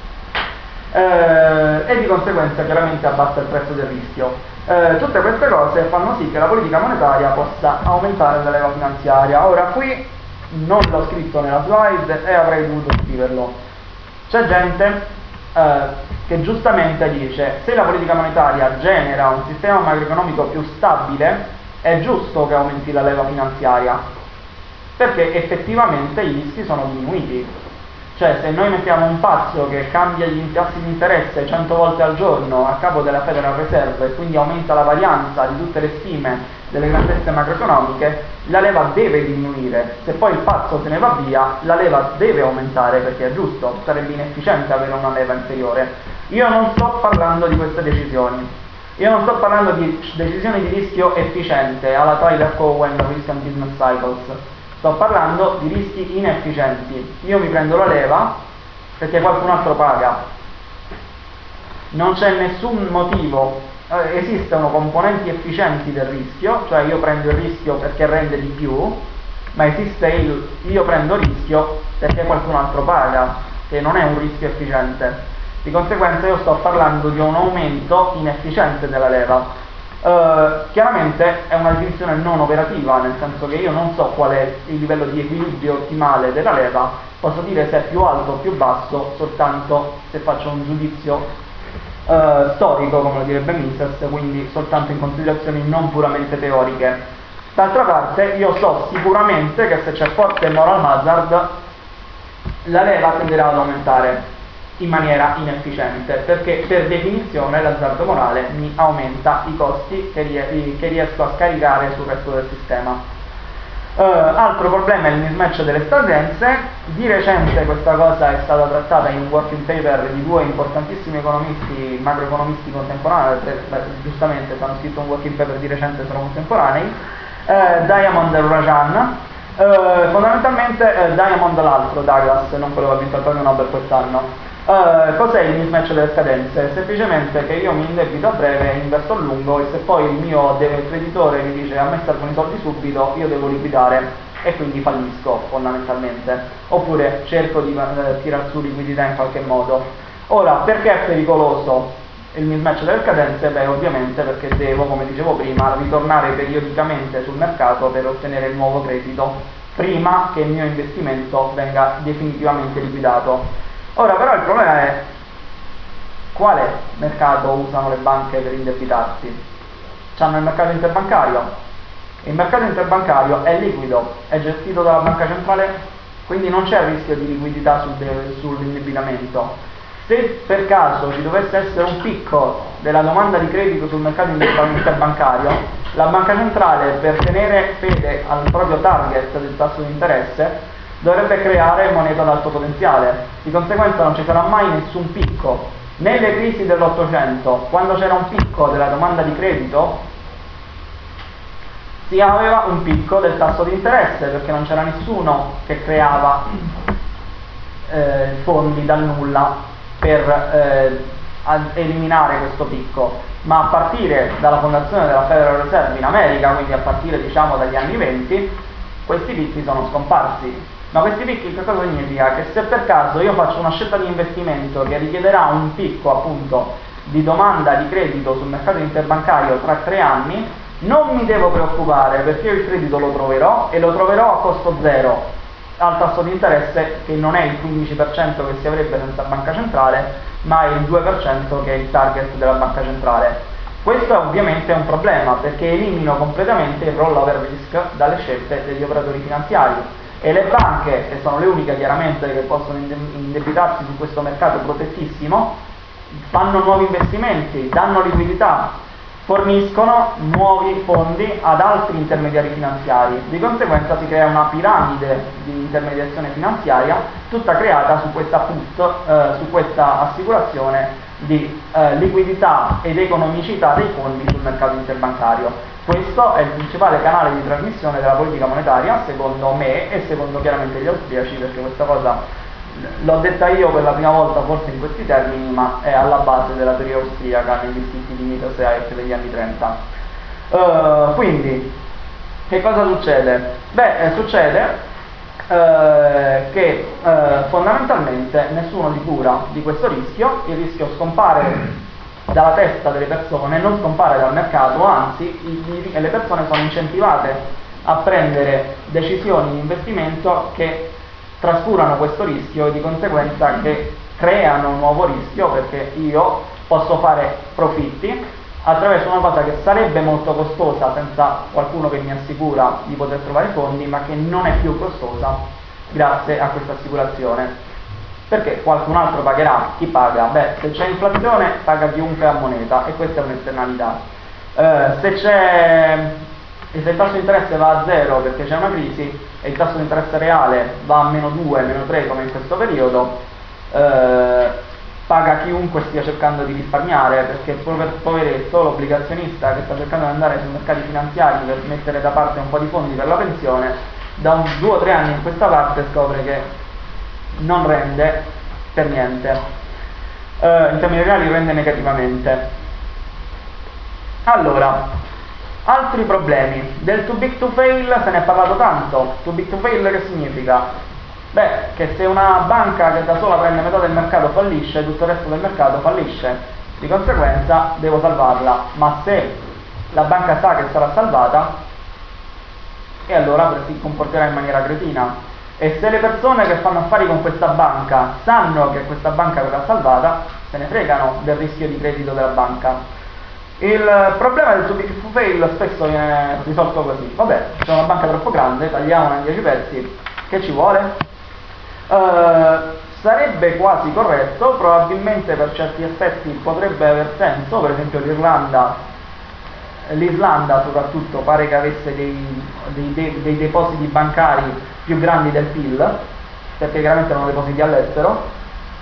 eh, e di conseguenza chiaramente abbassa il prezzo del rischio. Eh, tutte queste cose fanno sì che la politica monetaria possa aumentare la leva finanziaria. Ora qui non l'ho scritto nella slide e avrei dovuto scriverlo. C'è gente eh, che giustamente dice: se la politica monetaria genera un sistema macroeconomico più stabile, è giusto che aumenti la leva finanziaria, perché effettivamente i rischi sono diminuiti. Cioè, se noi mettiamo un pazzo che cambia gli tassi di interesse cento volte al giorno a capo della Federal Reserve e quindi aumenta la varianza di tutte le stime delle grandezze macroeconomiche, la leva deve diminuire. Se poi il pazzo se ne va via, la leva deve aumentare, perché è giusto, sarebbe inefficiente avere una leva inferiore. Io non sto parlando di queste decisioni. Io non sto parlando di decisioni di rischio efficiente alla Tyler Cowen, Risk and Business Cycles. Sto parlando di rischi inefficienti. Io mi prendo la leva perché qualcun altro paga. Non c'è nessun motivo, eh, esistono componenti efficienti del rischio, cioè io prendo il rischio perché rende di più, ma esiste il io prendo il rischio perché qualcun altro paga, che non è un rischio efficiente. Di conseguenza io sto parlando di un aumento inefficiente della leva. Uh, chiaramente è una definizione non operativa, nel senso che io non so qual è il livello di equilibrio ottimale della leva, posso dire se è più alto o più basso soltanto se faccio un giudizio uh, storico, come lo direbbe Mises, quindi soltanto in considerazioni non puramente teoriche. D'altra parte io so sicuramente che se c'è forte moral hazard la leva tenderà ad aumentare in maniera inefficiente, perché per definizione l'azzardo morale mi aumenta i costi che, rie- che riesco a scaricare sul resto del sistema. Uh, altro problema è il mismatch delle scadenze. Di recente questa cosa è stata trattata in un working paper di due importantissimi economisti, macroeconomisti contemporanei, beh, giustamente se hanno scritto un working paper di recente sono contemporanei, uh, Diamond e Rajan. Uh, fondamentalmente uh, Diamond l'altro, Douglas, non quello che ha vinto il premio Nobel quest'anno. Uh, cos'è il mismatch delle scadenze? Semplicemente che io mi indebito a breve e investo a lungo, e se poi il mio deve, creditore mi dice a me servono i soldi subito, io devo liquidare e quindi fallisco fondamentalmente, oppure cerco di eh, tirar su liquidità in qualche modo. Ora, perché è pericoloso il mismatch delle scadenze? Beh, ovviamente perché devo, come dicevo prima, ritornare periodicamente sul mercato per ottenere il nuovo credito prima che il mio investimento venga definitivamente liquidato. Ora però il problema è: quale mercato usano le banche per indebitarsi? C'hanno il mercato interbancario. Il mercato interbancario è liquido, è gestito dalla banca centrale, quindi non c'è rischio di liquidità sul de- sull'indebitamento. Se per caso ci dovesse essere un picco della domanda di credito sul mercato interbancario, la banca centrale, per tenere fede al proprio target del tasso di interesse, dovrebbe creare moneta ad alto potenziale. Di conseguenza non ci sarà mai nessun picco. Nelle crisi dell'Ottocento, quando c'era un picco della domanda di credito, si aveva un picco del tasso di interesse, perché non c'era nessuno che creava eh, fondi dal nulla per eh, eliminare questo picco. Ma a partire dalla fondazione della Federal Reserve in America, quindi a partire diciamo dagli anni venti, questi picchi sono scomparsi. Ma questi picchi che cosa significa? Che se per caso io faccio una scelta di investimento che richiederà un picco appunto di domanda di credito sul mercato interbancario tra tre anni, non mi devo preoccupare, perché io il credito lo troverò e lo troverò a costo zero, al tasso di interesse che non è il quindici per cento che si avrebbe senza banca centrale, ma è il due per cento che è il target della banca centrale. Questo è ovviamente un problema, perché elimino completamente il rollover risk dalle scelte degli operatori finanziari. e le banche, che sono le uniche chiaramente che possono indebitarsi su questo mercato protettissimo, fanno nuovi investimenti, danno liquidità, forniscono nuovi fondi ad altri intermediari finanziari. Di conseguenza si crea una piramide di intermediazione finanziaria tutta creata su questa put, eh, su questa assicurazione di eh, liquidità ed economicità dei fondi sul mercato interbancario. Questo è il principale canale di trasmissione della politica monetaria, secondo me e secondo chiaramente gli austriaci, perché questa cosa l'ho detta io per la prima volta forse in questi termini, ma è alla base della teoria austriaca negli scritti di Mises e Hayek degli anni trenta. Uh, quindi, che cosa succede? Beh, eh, succede eh, che eh, fondamentalmente nessuno si cura di questo rischio, il rischio scompare dalla testa delle persone, non scompare dal mercato, anzi i, i, le persone sono incentivate a prendere decisioni di investimento che trascurano questo rischio e di conseguenza che creano un nuovo rischio, perché io posso fare profitti attraverso una cosa che sarebbe molto costosa senza qualcuno che mi assicura di poter trovare fondi, ma che non è più costosa grazie a questa assicurazione. Perché qualcun altro pagherà. Chi paga? Beh, se c'è inflazione paga chiunque a moneta, e questa è un'esternalità. Eh, se c'è e se il tasso di interesse va a zero perché c'è una crisi e il tasso di interesse reale va a meno due, meno tre come in questo periodo, eh, paga chiunque stia cercando di risparmiare, perché il poveretto, l'obbligazionista che sta cercando di andare sui mercati finanziari per mettere da parte un po' di fondi per la pensione, da un, due o tre anni in questa parte scopre che non rende per niente, eh, in termini reali rende negativamente. Allora, altri problemi. Del too big to fail se ne è parlato tanto. Too big to fail che significa? Beh, che se una banca che da sola prende metà del mercato fallisce, tutto il resto del mercato fallisce. Di conseguenza devo salvarla. Ma se la banca sa che sarà salvata, e allora si comporterà in maniera cretina. E se le persone che fanno affari con questa banca sanno che questa banca verrà salvata, se ne fregano del rischio di credito della banca. Il problema del too big to fail spesso viene risolto così: vabbè, c'è una banca troppo grande, tagliamola in dieci pezzi, che ci vuole? Uh, sarebbe quasi corretto, probabilmente per certi aspetti potrebbe aver senso. Per esempio l'Irlanda, l'Islanda soprattutto pare che avesse dei, dei, dei, dei depositi bancari più grandi del P I L, perché chiaramente erano depositi all'estero.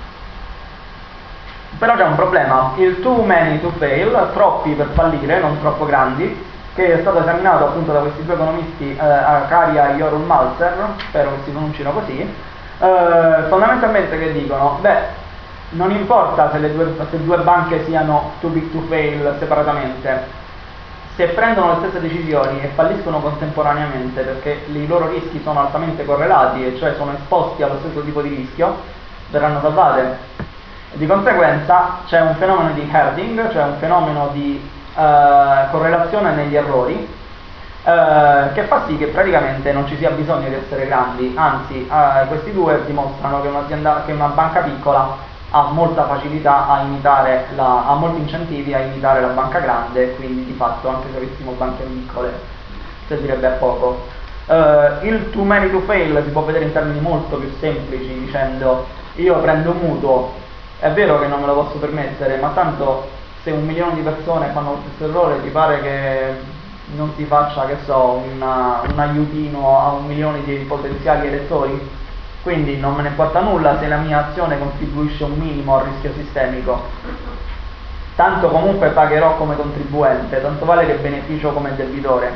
Però c'è un problema, il too many to fail, troppi per fallire, non troppo grandi, che è stato esaminato appunto da questi due economisti, eh, Akaria e Jorul Maltzer, spero che si pronuncino così, eh, fondamentalmente che dicono, beh, non importa se le due, se due banche siano too big to fail separatamente, se prendono le stesse decisioni e falliscono contemporaneamente perché i loro rischi sono altamente correlati, e cioè sono esposti allo stesso tipo di rischio, verranno salvate. Di conseguenza c'è un fenomeno di herding, cioè un fenomeno di eh, correlazione negli errori, eh, che fa sì che praticamente non ci sia bisogno di essere grandi, anzi eh, questi due dimostrano che un'azienda, che una banca piccola ha molta facilità a imitare, la, ha molti incentivi a imitare la banca grande, quindi di fatto anche se avessimo banche piccole servirebbe a poco. Eh, il too many to fail si può vedere in termini molto più semplici, dicendo: io prendo un mutuo, è vero che non me lo posso permettere, ma tanto se un milione di persone fanno lo stesso errore, ti pare che non si faccia, che so, una, un aiutino a un milione di potenziali elettori? Quindi non me ne importa nulla se la mia azione contribuisce un minimo al rischio sistemico, tanto comunque pagherò come contribuente, tanto vale che beneficio come debitore.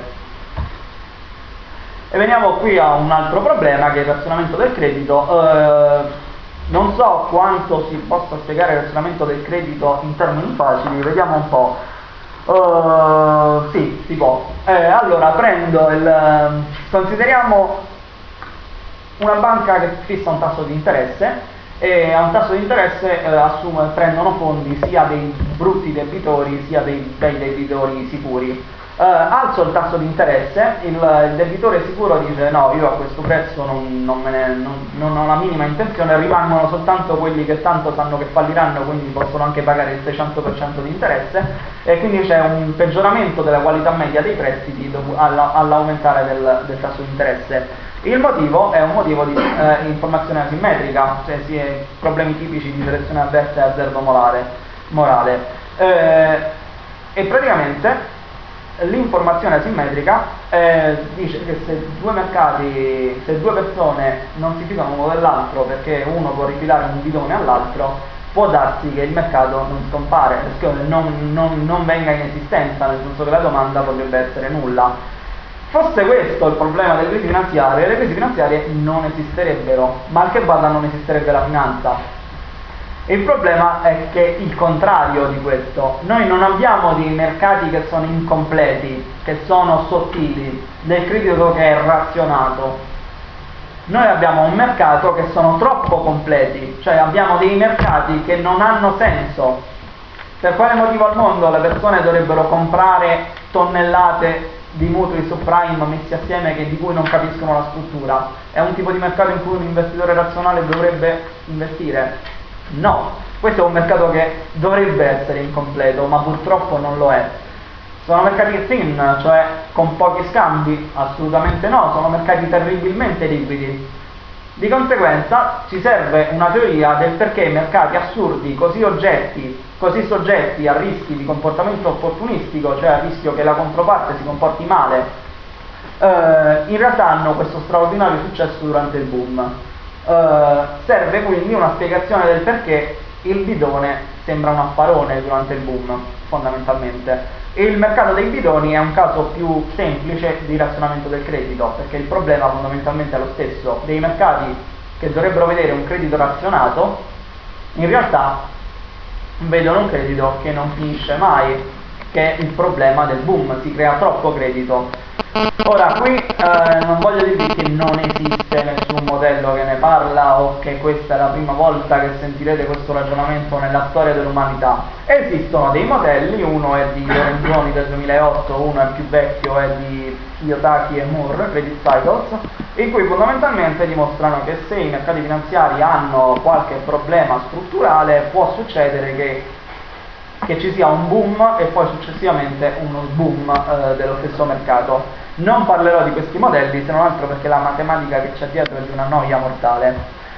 E veniamo qui a un altro problema, che è il razionamento del credito. Eh, Non so quanto si possa spiegare il razionamento del credito in termini facili, vediamo un po'. Uh, sì, si può. Eh, allora, prendo il... consideriamo una banca che fissa un tasso di interesse, e a un tasso di interesse eh, assume, prendono fondi sia dei brutti debitori sia dei bei debitori sicuri. Uh, alzo il tasso di interesse, il, il debitore sicuro dice: no, io a questo prezzo non, non, me ne, non, non ho la minima intenzione, rimangono soltanto quelli che tanto sanno che falliranno, quindi possono anche pagare il seicento per cento di interesse, e quindi c'è un peggioramento della qualità media dei prestiti alla, all'aumentare del, del tasso di interesse. Il motivo è un motivo di eh, informazione asimmetrica, cioè si è problemi tipici di selezione avversa e azzardo morale. morale. Eh, e praticamente l'informazione asimmetrica eh, dice che se due mercati, se due persone non si fidano l'uno dell'altro perché uno può rifilare un bidone all'altro, può darsi che il mercato non scompare, non, non, non venga in esistenza, nel senso che la domanda potrebbe essere nulla. Fosse questo il problema delle crisi finanziarie, le crisi finanziarie non esisterebbero, mal che vada non esisterebbe la finanza. Il problema è che il contrario di questo, noi non abbiamo dei mercati che sono incompleti, che sono sottili, del credito che è razionato. Noi abbiamo un mercato che sono troppo completi, cioè abbiamo dei mercati che non hanno senso. Per quale motivo al mondo le persone dovrebbero comprare tonnellate di mutui subprime messi assieme che, di cui non capiscono la struttura? È un tipo di mercato in cui un investitore razionale dovrebbe investire? No, questo è un mercato che dovrebbe essere incompleto, ma purtroppo non lo è. Sono mercati thin, cioè con pochi scambi? Assolutamente no, sono mercati terribilmente liquidi. Di conseguenza ci serve una teoria del perché mercati assurdi, così oggetti, così soggetti a rischi di comportamento opportunistico, cioè a rischio che la controparte si comporti male, eh, in realtà hanno questo straordinario successo durante il boom. Eh, serve quindi una spiegazione del perché il bidone sembra un affarone durante il boom, fondamentalmente. Il mercato dei bidoni è un caso più semplice di razionamento del credito, perché il problema fondamentalmente è lo stesso. Dei mercati che dovrebbero vedere un credito razionato, in realtà vedono un credito che non finisce mai, che è il problema del boom, si crea troppo credito. Ora qui eh, non voglio dirvi che non esiste nessun modello che ne parla o che questa è la prima volta che sentirete questo ragionamento nella storia dell'umanità. Esistono dei modelli, uno è di Lorenzoni del duemilaotto, uno è più vecchio, è di Kiyotaki e Moore, Credit Cycles, in cui fondamentalmente dimostrano che se i mercati finanziari hanno qualche problema strutturale può succedere che che ci sia un boom e poi successivamente uno boom eh, dello stesso mercato. Non parlerò di questi modelli, se non altro perché la matematica che c'è dietro è di una noia mortale.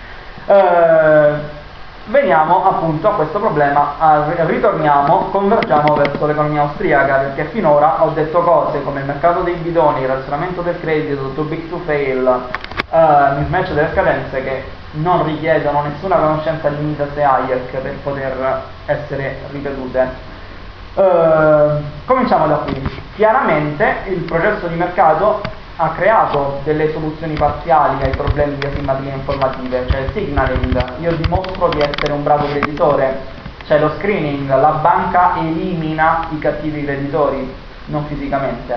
Eh, veniamo appunto a questo problema, a, ritorniamo, convergiamo verso l'economia austriaca, perché finora ho detto cose come il mercato dei bidoni, il razionamento del credito, too big to fail, eh, mismatch delle scadenze, che non richiedono nessuna conoscenza di Mises e Hayek per poter essere ripetute. Uh, cominciamo da qui. Chiaramente il processo di mercato ha creato delle soluzioni parziali ai problemi di asimmetrie informative, cioè signaling, io dimostro di essere un bravo creditore, c'è lo screening, la banca elimina i cattivi creditori, non fisicamente.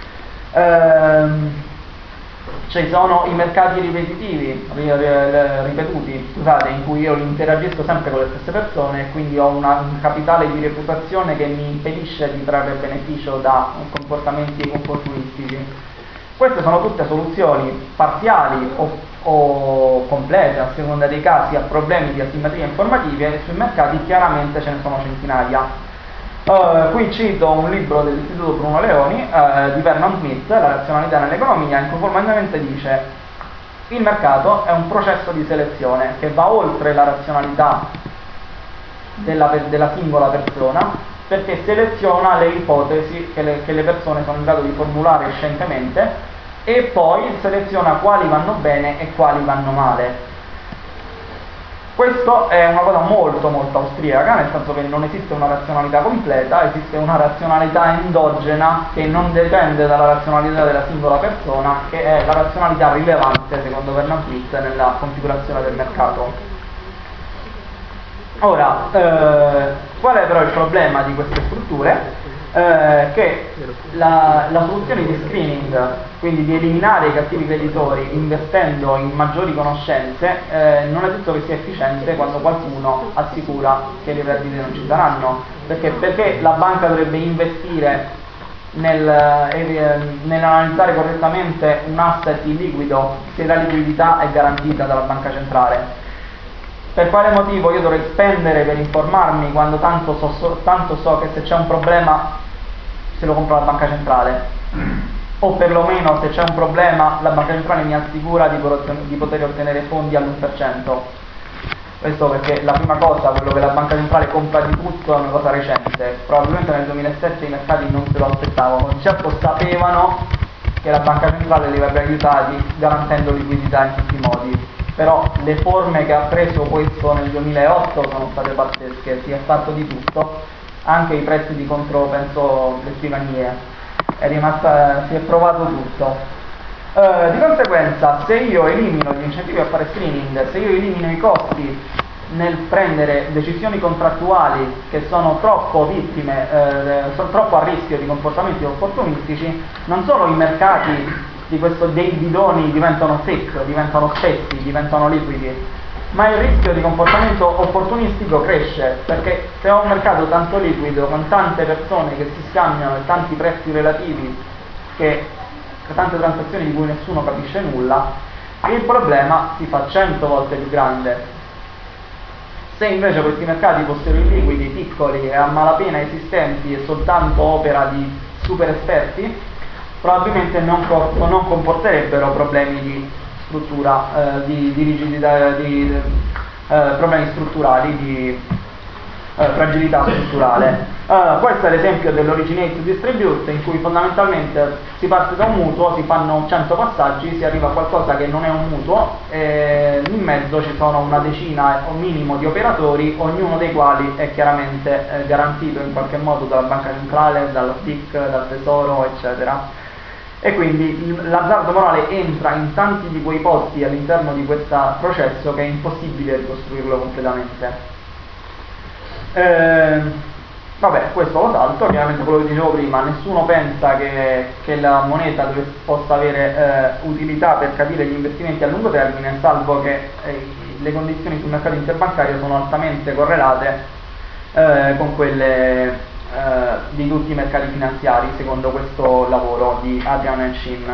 Uh, Ci sono i mercati ripetitivi, ripetuti, scusate, in cui io interagisco sempre con le stesse persone e quindi ho una, un capitale di reputazione che mi impedisce di trarre beneficio da comportamenti opportunistici. Queste sono tutte soluzioni parziali o, o complete, a seconda dei casi, a problemi di asimmetria informativa, e sui mercati chiaramente ce ne sono centinaia. Uh, qui cito un libro dell'Istituto Bruno Leoni uh, di Vernon Smith, La razionalità nell'economia, in cui formalmente dice: il mercato è un processo di selezione che va oltre la razionalità della, della singola persona, perché seleziona le ipotesi che le, che le persone sono in grado di formulare scientemente e poi seleziona quali vanno bene e quali vanno male. Questo è una cosa molto molto austriaca, nel senso che non esiste una razionalità completa, esiste una razionalità endogena che non dipende dalla razionalità della singola persona, che è la razionalità rilevante, secondo Vernon Smith, nella configurazione del mercato. Ora, eh, qual è però il problema di queste strutture? Eh, che la, la soluzione di screening, quindi di eliminare i cattivi creditori investendo in maggiori conoscenze, eh, non è detto che sia efficiente quando qualcuno assicura che le perdite non ci saranno, perché, perché la banca dovrebbe investire nel, eh, nell'analizzare correttamente un asset illiquido se la liquidità è garantita dalla banca centrale. Per quale motivo io dovrei spendere per informarmi quando tanto so, so, tanto so che se c'è un problema se lo compra la banca centrale? o perlomeno se c'è un problema la banca centrale mi assicura di poter, di poter ottenere fondi all'uno per cento. Questo perché la prima cosa, quello che la banca centrale compra di tutto, è una cosa recente. Probabilmente nel duemilasette i mercati non se lo aspettavano, certo sapevano che la banca centrale li avrebbe aiutati garantendo liquidità in tutti i modi, però le forme che ha preso questo nel duemilaotto sono state pazzesche, si è fatto di tutto, anche i prestiti contro, penso, le scrivanie, è rimasta, si è provato tutto. Uh, di conseguenza, se io elimino gli incentivi a fare screening, se io elimino i costi nel prendere decisioni contrattuali che sono troppo vittime, eh, sono troppo a rischio di comportamenti opportunistici, non solo i mercati di questo, dei bidoni diventano secchi, diventano spessi, diventano liquidi, ma il rischio di comportamento opportunistico cresce, perché se ho un mercato tanto liquido, con tante persone che si scambiano e tanti prezzi relativi, che tante transazioni di cui nessuno capisce nulla, il problema si fa cento volte più grande. Se invece questi mercati fossero illiquidi, piccoli e a malapena esistenti e soltanto opera di super esperti, probabilmente non, non comporterebbero problemi di struttura, eh, di, di rigidità, di eh, problemi strutturali, di eh, fragilità strutturale. Uh, questo è l'esempio dell'originate to distribute, in cui fondamentalmente si parte da un mutuo, si fanno cento passaggi, si arriva a qualcosa che non è un mutuo, e in mezzo ci sono una decina o minimo di operatori, ognuno dei quali è chiaramente eh, garantito in qualche modo dalla banca centrale, dalla T I C, dal tesoro, eccetera. E quindi l'azzardo morale entra in tanti di quei posti all'interno di questo processo che è impossibile ricostruirlo completamente. Eh, Vabbè, questo lo salto, chiaramente quello che dicevo prima, nessuno pensa che, che la moneta dove possa avere eh, utilità per capire gli investimenti a lungo termine, salvo che eh, le condizioni sul mercato interbancario sono altamente correlate eh, con quelle eh, di tutti i mercati finanziari, secondo questo lavoro di Adrian e Shin.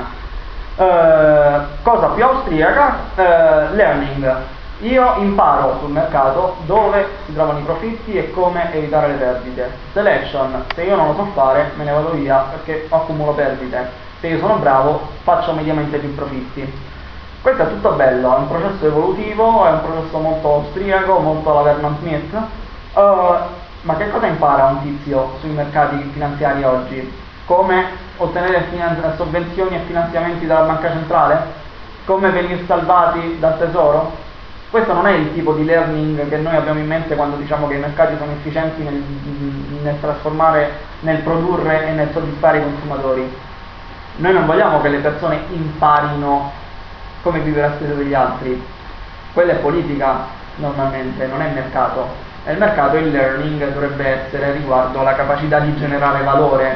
Eh, cosa più austriaca, eh, learning. Io imparo sul mercato dove si trovano i profitti e come evitare le perdite. Selection, se io non lo so fare me ne vado via perché accumulo perdite. Se io sono bravo faccio mediamente più profitti. Questo è tutto bello, è un processo evolutivo, è un processo molto austriaco, molto alla Vernon Smith. Uh, ma che cosa impara un tizio sui mercati finanziari oggi? Come ottenere finan- sovvenzioni e finanziamenti dalla banca centrale? Come venire salvati dal tesoro? Questo non è il tipo di learning che noi abbiamo in mente quando diciamo che i mercati sono efficienti nel, nel trasformare, nel produrre e nel soddisfare i consumatori. Noi non vogliamo che le persone imparino come vivere a spese degli altri. Quella è politica normalmente, non è mercato. E il mercato, il learning, dovrebbe essere riguardo alla capacità di generare valore.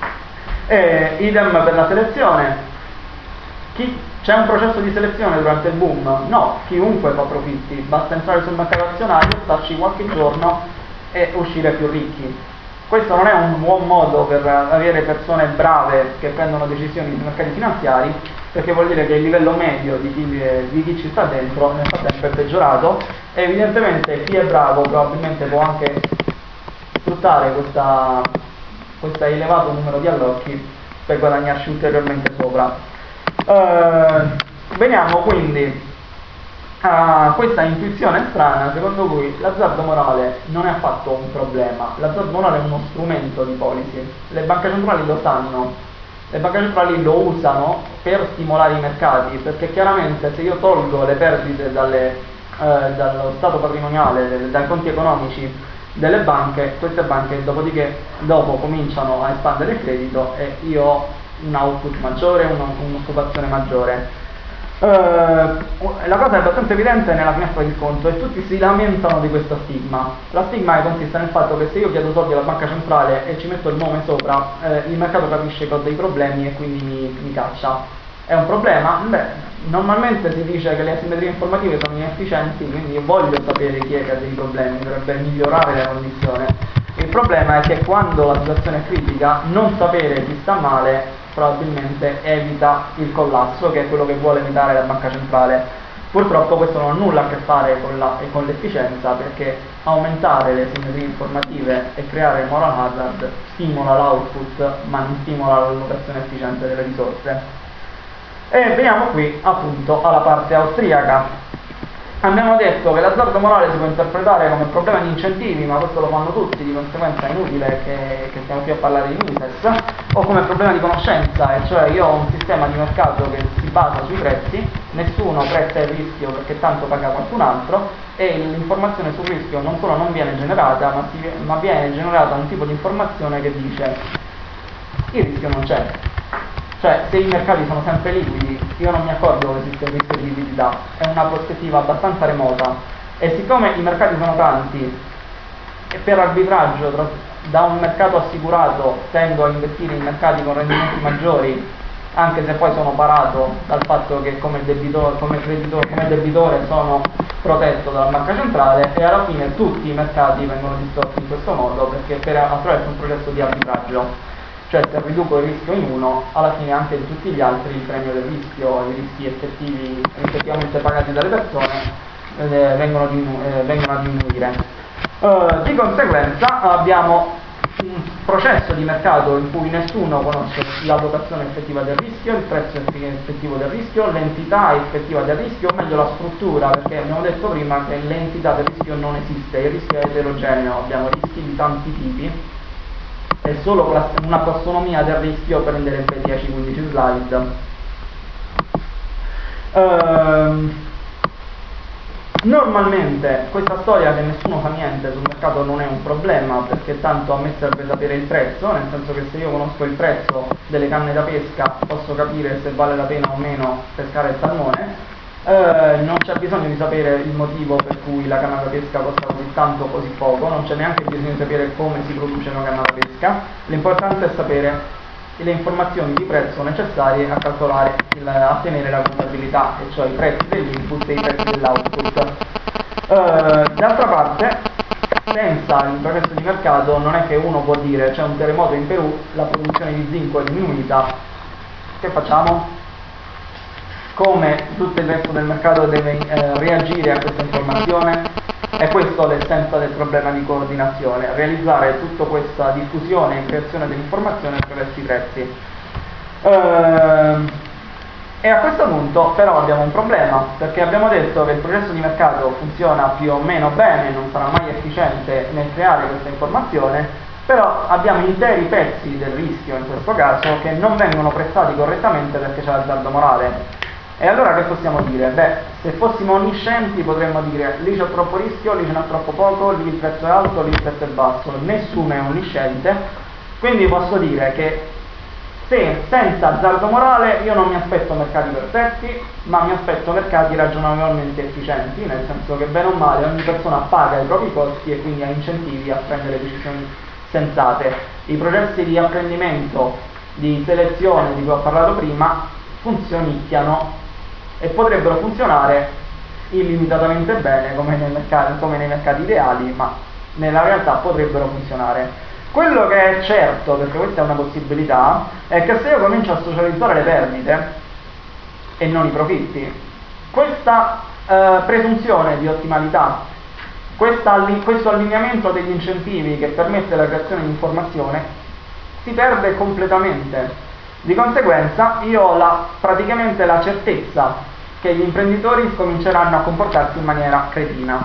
E idem per la selezione. Chi C'è un processo di selezione durante il boom? No, chiunque fa profitti, basta entrare sul mercato azionario, starci qualche giorno e uscire più ricchi. Questo non è un buon modo per avere persone brave che prendono decisioni sui mercati finanziari, perché vuol dire che il livello medio di chi, di chi ci sta dentro nel frattempo è peggiorato e evidentemente chi è bravo probabilmente può anche sfruttare questa, questo elevato numero di allocchi per guadagnarci ulteriormente sopra. Uh, veniamo quindi a questa intuizione strana secondo cui l'azzardo morale non è affatto un problema, l'azzardo morale è uno strumento di policy, le banche centrali lo sanno, le banche centrali lo usano per stimolare i mercati, perché chiaramente se io tolgo le perdite dalle, eh, dallo stato patrimoniale, dai conti economici delle banche, queste banche dopodiché dopo cominciano a espandere il credito e io ho un output maggiore, un'occupazione maggiore. Uh, la cosa è abbastanza evidente nella finestra di sconto e tutti si lamentano di questo stigma. La stigma consiste nel fatto che se io chiedo soldi alla banca centrale e ci metto il nome sopra, eh, il mercato capisce che ho dei problemi e quindi mi, mi caccia. È un problema? Beh, normalmente si dice che le asimmetrie informative sono inefficienti, quindi io voglio sapere chi è che ha dei problemi, dovrebbe migliorare la condizione. Il problema è che quando la situazione è critica, non sapere chi sta male probabilmente evita il collasso, che è quello che vuole evitare la banca centrale. Purtroppo questo non ha nulla a che fare con, la, con l'efficienza, perché aumentare le simmetrie informative e creare moral hazard stimola l'output ma non stimola l'allocazione efficiente delle risorse. E veniamo qui appunto alla parte austriaca. Abbiamo detto che l'azzardo morale si può interpretare come problema di incentivi, ma questo lo fanno tutti, di conseguenza è inutile che, che stiamo qui a parlare di Mises, o come problema di conoscenza, e cioè io ho un sistema di mercato che si basa sui prezzi, nessuno presta il rischio perché tanto paga qualcun altro, e l'informazione sul rischio non solo non viene generata, ma, si, ma viene generata un tipo di informazione che dice il rischio non c'è. Cioè, se i mercati sono sempre liquidi, io non mi accorgo che esiste un rischio di liquidità, è una prospettiva abbastanza remota, e siccome i mercati sono tanti e per arbitraggio tra, da un mercato assicurato tendo a investire in mercati con rendimenti maggiori, anche se poi sono parato dal fatto che come debitore, come creditore, come debitore sono protetto dalla banca centrale, e alla fine tutti i mercati vengono distorti in questo modo, perché per, attraverso un processo di arbitraggio. Cioè, se riduco il rischio in uno, alla fine anche in tutti gli altri il premio del rischio, i rischi effettivi, effettivamente pagati dalle persone eh, vengono, a diminu- eh, vengono a diminuire. Uh, di conseguenza abbiamo un processo di mercato in cui nessuno conosce la votazione effettiva del rischio, il prezzo effettivo del rischio, l'entità effettiva del rischio, o meglio la struttura, perché abbiamo detto prima che l'entità del rischio non esiste, il rischio è eterogeneo, abbiamo rischi di tanti tipi. È solo una tassonomia del rischio, prenderebbe dieci quindici slide. Ehm, normalmente questa storia che nessuno fa niente sul mercato non è un problema, perché tanto a me serve sapere il prezzo, nel senso che se io conosco il prezzo delle canne da pesca posso capire se vale la pena o meno pescare il salmone. Eh, non c'è bisogno di sapere il motivo per cui la canna da pesca costa così tanto o così poco, non c'è neanche bisogno di sapere come si produce una canna da pesca, l'importante è sapere le informazioni di prezzo necessarie a calcolare, il, a tenere la contabilità, e cioè i prezzi dell'input e i prezzi dell'output. Eh, d'altra parte, senza il processo di mercato non è che uno può dire c'è un terremoto in Perù, la produzione di zinco è diminuita, che facciamo? Come tutto il resto del mercato deve eh, reagire a questa informazione? È questo l'essenza del problema di coordinazione, realizzare tutta questa diffusione e creazione dell'informazione attraverso i prezzi. Ehm, e a questo punto però abbiamo un problema, perché abbiamo detto che il processo di mercato funziona più o meno bene, non sarà mai efficiente nel creare questa informazione, però abbiamo interi pezzi del rischio in questo caso che non vengono prestati correttamente perché c'è l'azzardo morale. E allora che possiamo dire? Beh, se fossimo onniscienti potremmo dire lì c'è troppo rischio, lì ce n'è troppo poco, lì il prezzo è alto, lì il prezzo è basso. Nessuno è onnisciente, quindi posso dire che se senza azzardo morale io non mi aspetto mercati perfetti, ma mi aspetto mercati ragionevolmente efficienti, nel senso che bene o male ogni persona paga i propri costi e quindi ha incentivi a prendere decisioni sensate. I processi di apprendimento, di selezione di cui ho parlato prima funzionicchiano e potrebbero funzionare illimitatamente bene come nei mercati, come nei mercati ideali, ma nella realtà potrebbero funzionare. Quello che è certo, perché questa è una possibilità, è che se io comincio a socializzare le perdite e non i profitti, questa eh, presunzione di ottimalità, questa, questo allineamento degli incentivi che permette la creazione di informazione si perde completamente. Di conseguenza io ho la, praticamente la certezza che gli imprenditori cominceranno a comportarsi in maniera cretina.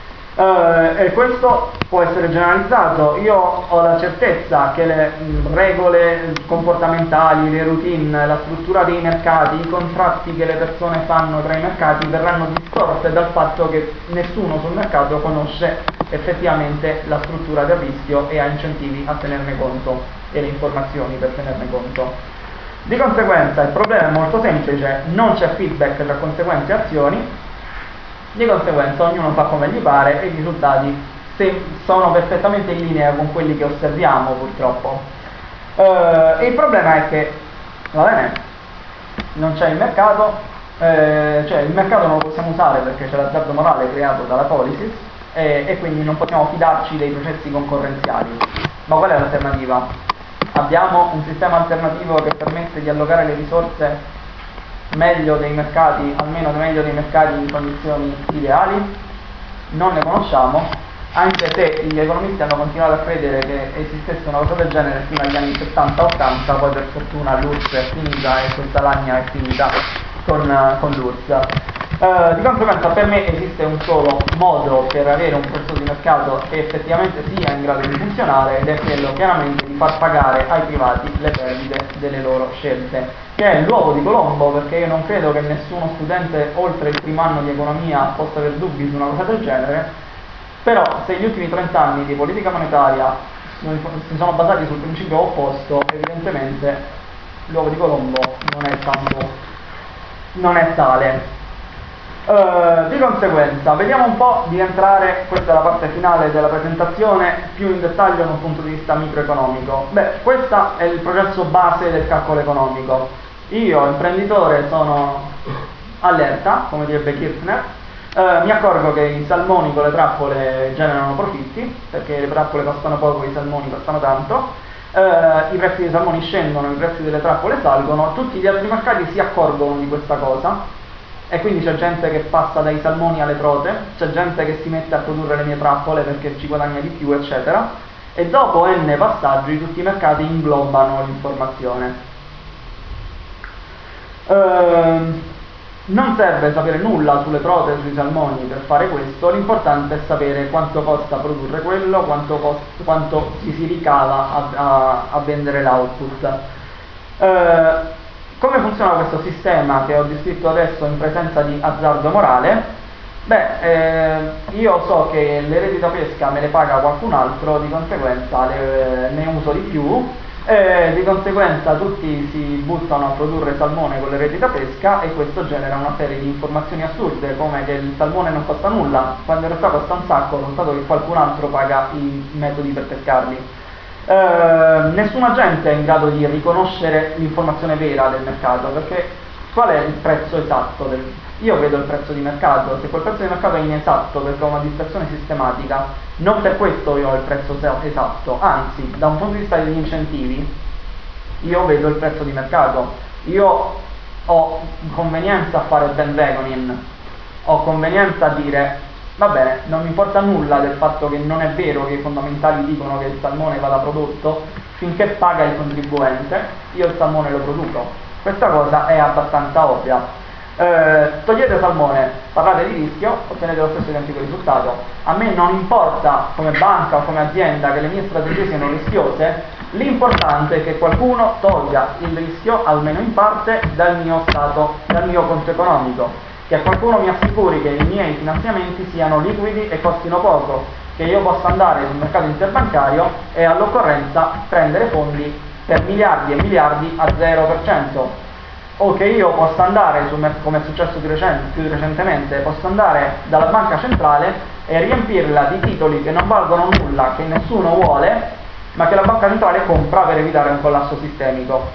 Uh, e questo può essere generalizzato. Io ho la certezza che le mh, regole comportamentali, le routine, la struttura dei mercati, i contratti che le persone fanno tra i mercati verranno distorte dal fatto che nessuno sul mercato conosce effettivamente la struttura del rischio e ha incentivi a tenerne conto e le informazioni per tenerne conto. Di conseguenza il problema è molto semplice, non c'è feedback tra conseguenze e azioni, di conseguenza ognuno fa come gli pare e i risultati sono perfettamente in linea con quelli che osserviamo purtroppo. Uh, il problema è che, va bene, non c'è il mercato, eh, cioè il mercato non lo possiamo usare perché c'è l'azzardo morale creato dalla policies e, e quindi non possiamo fidarci dei processi concorrenziali. Ma qual è l'alternativa? Abbiamo un sistema alternativo che permette di allocare le risorse meglio dei mercati, almeno meglio dei mercati in condizioni ideali? Non ne conosciamo, anche se gli economisti hanno continuato a credere che esistesse una cosa del genere fino agli anni settanta ottanta, poi per fortuna l'U R S S è finita e questa lagna è finita con, con l'U R S S. Uh, di conseguenza per me esiste un solo modo per avere un prezzo di mercato che effettivamente sia in grado di funzionare, ed è quello chiaramente di far pagare ai privati le perdite delle loro scelte, che è l'uovo di Colombo, perché io non credo che nessuno studente oltre il primo anno di economia possa aver dubbi su una cosa del genere. Però se gli ultimi trenta anni di politica monetaria si sono basati sul principio opposto, evidentemente l'uovo di Colombo non è tanto, non è tale. Uh, di conseguenza, vediamo un po' di entrare, questa è la parte finale della presentazione, più in dettaglio da un punto di vista microeconomico. Beh, questo è il processo base del calcolo economico. Io, imprenditore, sono allerta, come direbbe Kirchner, uh, mi accorgo che i salmoni con le trappole generano profitti, perché le trappole costano poco, i salmoni costano tanto, uh, i prezzi dei salmoni scendono, i prezzi delle trappole salgono, tutti gli altri mercati si accorgono di questa cosa. E quindi c'è gente che passa dai salmoni alle trote, c'è gente che si mette a produrre le mie trappole perché ci guadagna di più, eccetera. E dopo n passaggi tutti i mercati inglobano l'informazione. Ehm, non serve sapere nulla sulle trote e sui salmoni per fare questo, l'importante è sapere quanto costa produrre quello, quanto, cost- quanto ci si ricava a, a, a vendere l'output. Ehm, Come funziona questo sistema che ho descritto adesso in presenza di azzardo morale? Beh, eh, io so che le reti da pesca me le paga qualcun altro, di conseguenza le, ne uso di più, e di conseguenza tutti si buttano a produrre salmone con le reti da pesca, e questo genera una serie di informazioni assurde, come che il salmone non costa nulla, quando in realtà costa un sacco, contato che qualcun altro paga i metodi per pescarli. Uh, nessuna gente è in grado di riconoscere l'informazione vera del mercato, perché qual è il prezzo esatto? Del... Io vedo il prezzo di mercato, se quel prezzo di mercato è inesatto perché ho una dispersione sistematica, non per questo io ho il prezzo esatto, anzi, da un punto di vista degli incentivi, io vedo il prezzo di mercato, io ho convenienza a fare bandwagoning, ho convenienza a dire va bene, non mi importa nulla del fatto che non è vero che i fondamentali dicono che il salmone vada prodotto, finché paga il contribuente, io il salmone lo produco. Questa cosa è abbastanza ovvia. Eh, togliete salmone, parlate di rischio, ottenete lo stesso identico risultato. A me non importa come banca o come azienda che le mie strategie siano rischiose, l'importante è che qualcuno toglia il rischio, almeno in parte, dal mio stato, dal mio conto economico. Che qualcuno mi assicuri che i miei finanziamenti siano liquidi e costino poco, che io possa andare sul mercato interbancario e all'occorrenza prendere fondi per miliardi e miliardi a zero per cento, o che io possa andare, sul, come è successo più, recent, più recentemente, posso andare dalla banca centrale e riempirla di titoli che non valgono nulla, che nessuno vuole, ma che la banca centrale compra per evitare un collasso sistemico.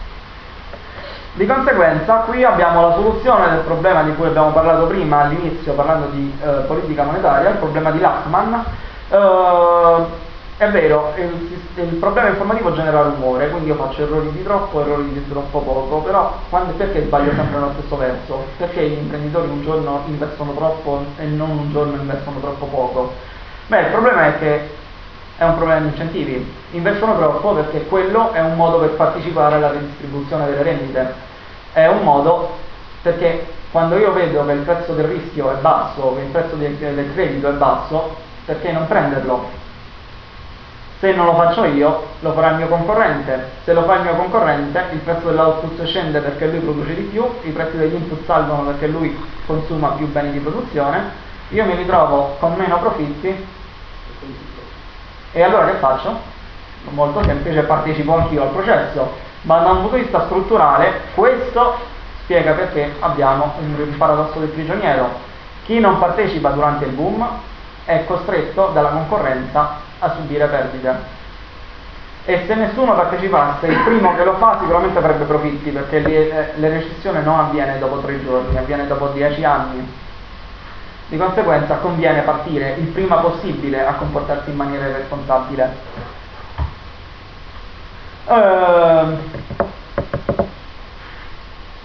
Di conseguenza qui abbiamo la soluzione del problema di cui abbiamo parlato prima all'inizio, parlando di eh, politica monetaria, il problema di Lachman. Eh, è vero, il, il problema informativo genera rumore, quindi io faccio errori di troppo, errori di troppo poco, però quando, perché sbaglio sempre nello stesso verso? Perché gli imprenditori un giorno investono troppo e non un giorno investono troppo poco? Beh, il problema è che è un problema di incentivi, investono troppo perché quello è un modo per partecipare alla redistribuzione delle rendite. È un modo perché quando io vedo che il prezzo del rischio è basso, che il prezzo del, del credito è basso, perché non prenderlo? Se non lo faccio io, lo farà il mio concorrente. Se lo fa il mio concorrente, il prezzo dell'output scende perché lui produce di più, i prezzi degli input salgono perché lui consuma più beni di produzione, io mi ritrovo con meno profitti, e allora che faccio? Molto semplice, partecipo anch'io al processo. Ma da un punto di vista strutturale questo spiega perché abbiamo un paradosso del prigioniero. Chi non partecipa durante il boom è costretto dalla concorrenza a subire perdite, e se nessuno partecipasse, il primo che lo fa sicuramente avrebbe profitti, perché le, le recessione non avviene dopo tre giorni, avviene dopo dieci anni. Di conseguenza conviene partire il prima possibile a comportarsi in maniera irresponsabile. Uh,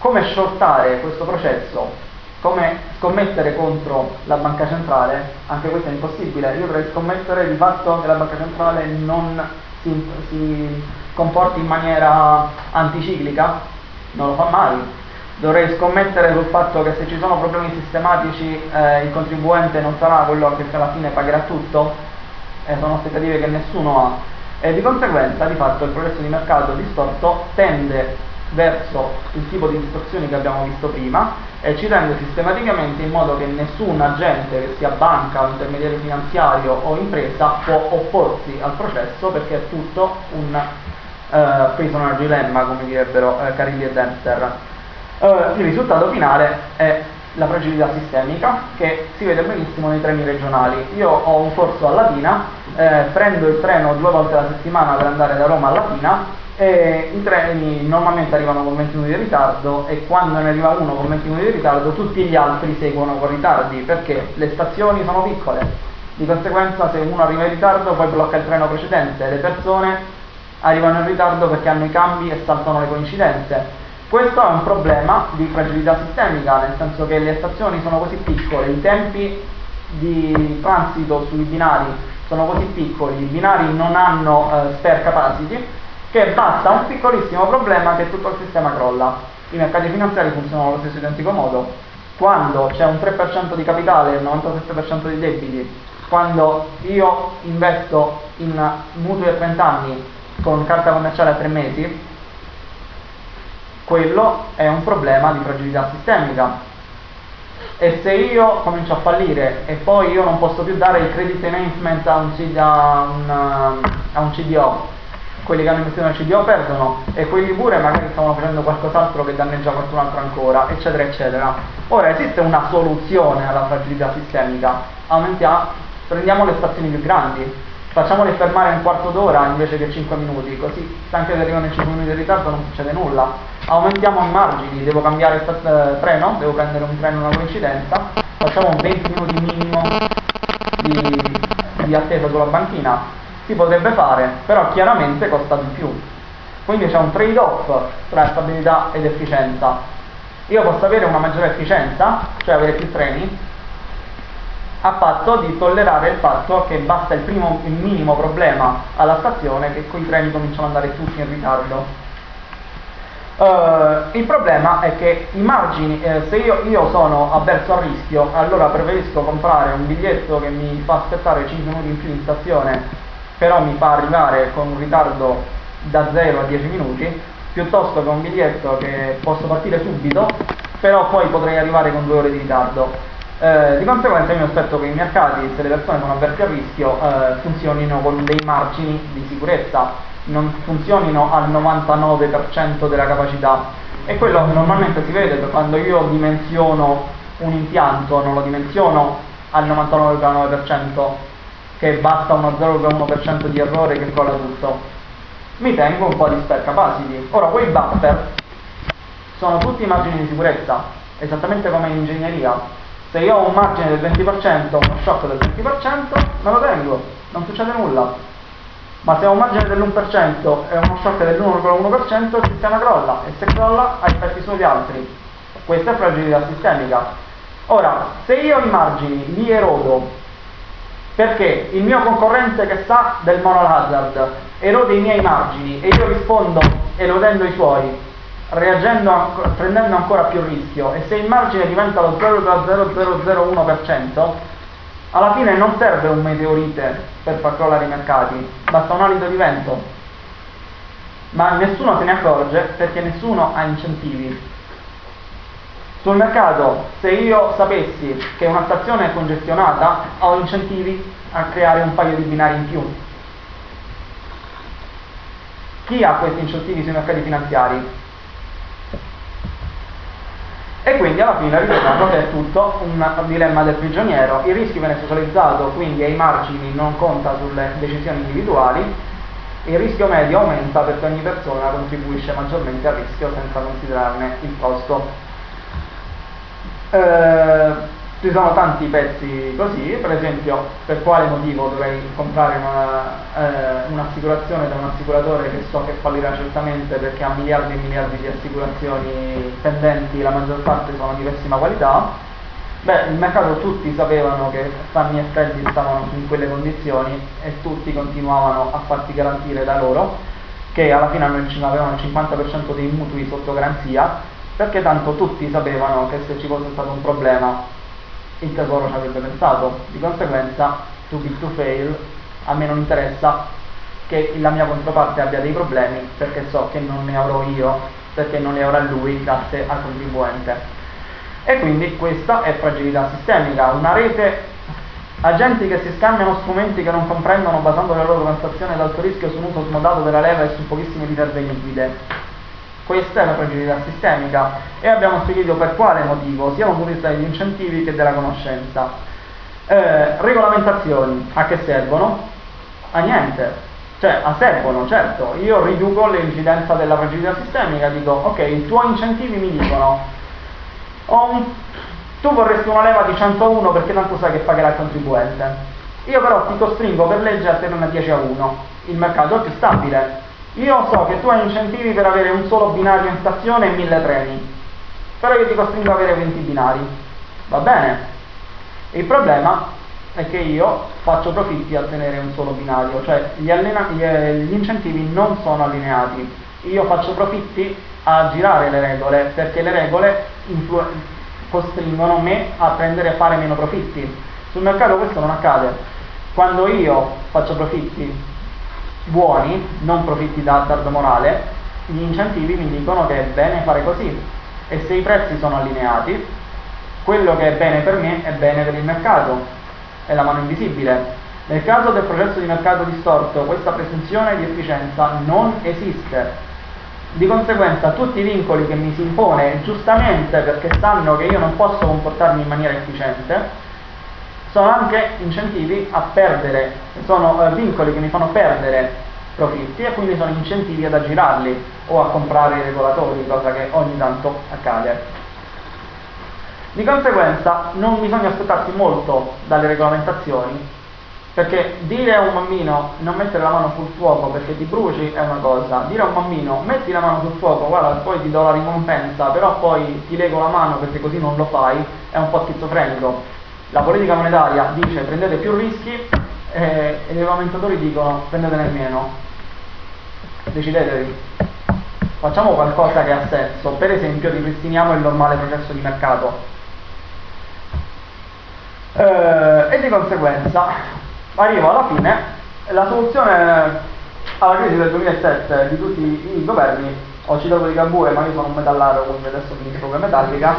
come shortare questo processo, come scommettere contro la banca centrale, anche questo è impossibile. Io dovrei scommettere di fatto che la banca centrale non si, si comporti in maniera anticiclica, non lo fa mai. Dovrei scommettere sul fatto che se ci sono problemi sistematici eh, il contribuente non sarà quello che alla fine pagherà tutto, e sono aspettative che nessuno ha, e di conseguenza di fatto il processo di mercato distorto tende verso il tipo di distorsioni che abbiamo visto prima e ci rende sistematicamente in modo che nessun agente, che sia banca, o intermediario finanziario o impresa, può opporsi al processo, perché è tutto un uh, prisoner dilemma, come direbbero uh, Carilli e Dempster. Uh, il risultato finale è la fragilità sistemica, che si vede benissimo nei treni regionali. Io ho un corso a Latina, eh, prendo il treno due volte alla settimana per andare da Roma a Latina, e i treni normalmente arrivano con venti minuti di ritardo, e quando ne arriva uno con venti minuti di ritardo tutti gli altri seguono con ritardi, perché le stazioni sono piccole, di conseguenza se uno arriva in ritardo poi blocca il treno precedente, le persone arrivano in ritardo perché hanno i cambi e saltano le coincidenze. Questo è un problema di fragilità sistemica, nel senso che le stazioni sono così piccole, i tempi di transito sui binari sono così piccoli, i binari non hanno eh, spare capacity, che basta un piccolissimo problema che tutto il sistema crolla. I mercati finanziari funzionano allo stesso identico modo. Quando c'è un tre per cento di capitale e il novantasette per cento di debiti, quando io investo in mutui a trenta anni con carta commerciale a tre mesi, quello è un problema di fragilità sistemica. E se io comincio a fallire e poi io non posso più dare il credit enhancement a un, a un, a un C D O, quelli che hanno investito nel C D O perdono, e quelli pure magari stavano facendo qualcos'altro che danneggia qualcun altro ancora, eccetera eccetera. Ora esiste una soluzione alla fragilità sistemica: aumentiamo, prendiamo le stazioni più grandi, facciamole fermare un quarto d'ora invece che cinque minuti, così anche se arrivano in cinque minuti di ritardo non succede nulla. Aumentiamo i margini, devo cambiare stat- eh, treno, devo prendere un treno una coincidenza, facciamo un venti minuti minimo di, di attesa sulla banchina. Si potrebbe fare, però chiaramente costa di più, quindi c'è un trade-off tra stabilità ed efficienza. Io posso avere una maggiore efficienza, cioè avere più treni, a patto di tollerare il fatto che basta il, primo, il minimo problema alla stazione che quei treni cominciano ad andare tutti in ritardo. Uh, il problema è che i margini, eh, se io, io sono avverso al rischio, allora preferisco comprare un biglietto che mi fa aspettare cinque minuti in più in stazione, però mi fa arrivare con un ritardo da zero a dieci minuti, piuttosto che un biglietto che posso partire subito, però poi potrei arrivare con due ore di ritardo. Eh, di conseguenza io mi aspetto che i mercati, se le persone sono avverse al rischio, eh, funzionino con dei margini di sicurezza, non funzionino al novantanove per cento della capacità. E quello che normalmente si vede quando io dimensiono un impianto, non lo dimensiono al novantanove virgola nove per cento, che basta uno zero virgola uno per cento di errore che crolla tutto. Mi tengo un po' di spare capacity. Ora, quei buffer sono tutti margini di sicurezza, esattamente come in ingegneria. Se io ho un margine del venti per cento, uno shock del venti per cento, me lo tengo, non succede nulla. Ma se ho un margine dell'uno per cento e uno shock dell'uno virgola uno per cento, il sistema crolla, e se crolla ha effetti sugli altri. Questa è fragilità sistemica. Ora, se io i margini li erodo perché il mio concorrente che sa del moral hazard erode i miei margini e io rispondo erodendo i suoi, reagendo anco, prendendo ancora più rischio, e se il margine diventa lo zero virgola zero zero zero uno per cento, alla fine non serve un meteorite per far crollare i mercati, basta un alito di vento. Ma nessuno se ne accorge perché nessuno ha incentivi. Sul mercato, se io sapessi che una stazione è congestionata, ho incentivi a creare un paio di binari in più. Chi ha questi incentivi sui mercati finanziari? E quindi alla fine ritorniamo che è tutto un dilemma del prigioniero. Il rischio viene socializzato, quindi ai margini non conta sulle decisioni individuali. Il rischio medio aumenta perché ogni persona contribuisce maggiormente al rischio senza considerarne il costo. Eh, ci sono tanti pezzi così, per esempio per quale motivo dovrei comprare una, eh, un'assicurazione da un assicuratore che so che fallirà certamente perché ha miliardi e miliardi di assicurazioni pendenti, la maggior parte sono di pessima qualità. Beh, il mercato tutti sapevano che Fannie e Freddie stavano in quelle condizioni e tutti continuavano a farsi garantire da loro, che alla fine avevano il cinquanta per cento dei mutui sotto garanzia, perché tanto tutti sapevano che se ci fosse stato un problema il tesoro ci avrebbe pensato. Di conseguenza, too big to fail, a me non interessa che la mia controparte abbia dei problemi, perché so che non ne avrò io, perché non ne avrà lui grazie al contribuente. E quindi questa è fragilità sistemica, una rete, agenti che si scambiano strumenti che non comprendono basando le loro transazioni ad alto rischio su un uso smodato della leva e su pochissime riserve liquide. Questa è la fragilità sistemica e abbiamo spiegato per quale motivo, sia dal punto di vista degli incentivi che della conoscenza. Eh, regolamentazioni, a che servono? A niente, cioè a servono, certo, io riduco l'incidenza della fragilità sistemica, dico ok, i tuoi incentivi mi dicono ho un, tu vorresti una leva di centouno perché tanto sai che pagherà il contribuente, io però ti costringo per legge a tenere una dieci a uno, il mercato è più stabile. Io so che tu hai incentivi per avere un solo binario in stazione e mille treni, però io ti costringo ad avere venti binari, va bene? Il problema è che io faccio profitti a tenere un solo binario, cioè gli, allena- gli, gli incentivi non sono allineati, io faccio profitti a girare le regole, perché le regole influ- costringono me a prendere a fare meno profitti. Sul mercato questo non accade. Quando io faccio profitti buoni, non profitti da azzardo morale, gli incentivi mi dicono che è bene fare così, e se i prezzi sono allineati, quello che è bene per me è bene per il mercato, è la mano invisibile. Nel caso del processo di mercato distorto, questa presunzione di efficienza non esiste. Di conseguenza tutti i vincoli che mi si impone, giustamente perché sanno che io non posso comportarmi in maniera efficiente, sono anche incentivi a perdere, sono eh, vincoli che mi fanno perdere profitti e quindi sono incentivi ad aggirarli o a comprare i regolatori, cosa che ogni tanto accade. Di conseguenza non bisogna aspettarsi molto dalle regolamentazioni, perché dire a un bambino non mettere la mano sul fuoco perché ti bruci è una cosa, dire a un bambino metti la mano sul fuoco, guarda poi ti do la ricompensa, però poi ti lego la mano perché così non lo fai, è un po' schizofrenico. La politica monetaria dice prendete più rischi eh, e i regolamentatori dicono prendetene meno. Decidetevi. Facciamo qualcosa che ha senso, per esempio ripristiniamo il normale processo di mercato. Eh, e di conseguenza arrivo alla fine, la soluzione alla crisi del duemilasette di tutti i governi, ho citato di Cambure ma io sono un metallaro quindi adesso finisco con metallica.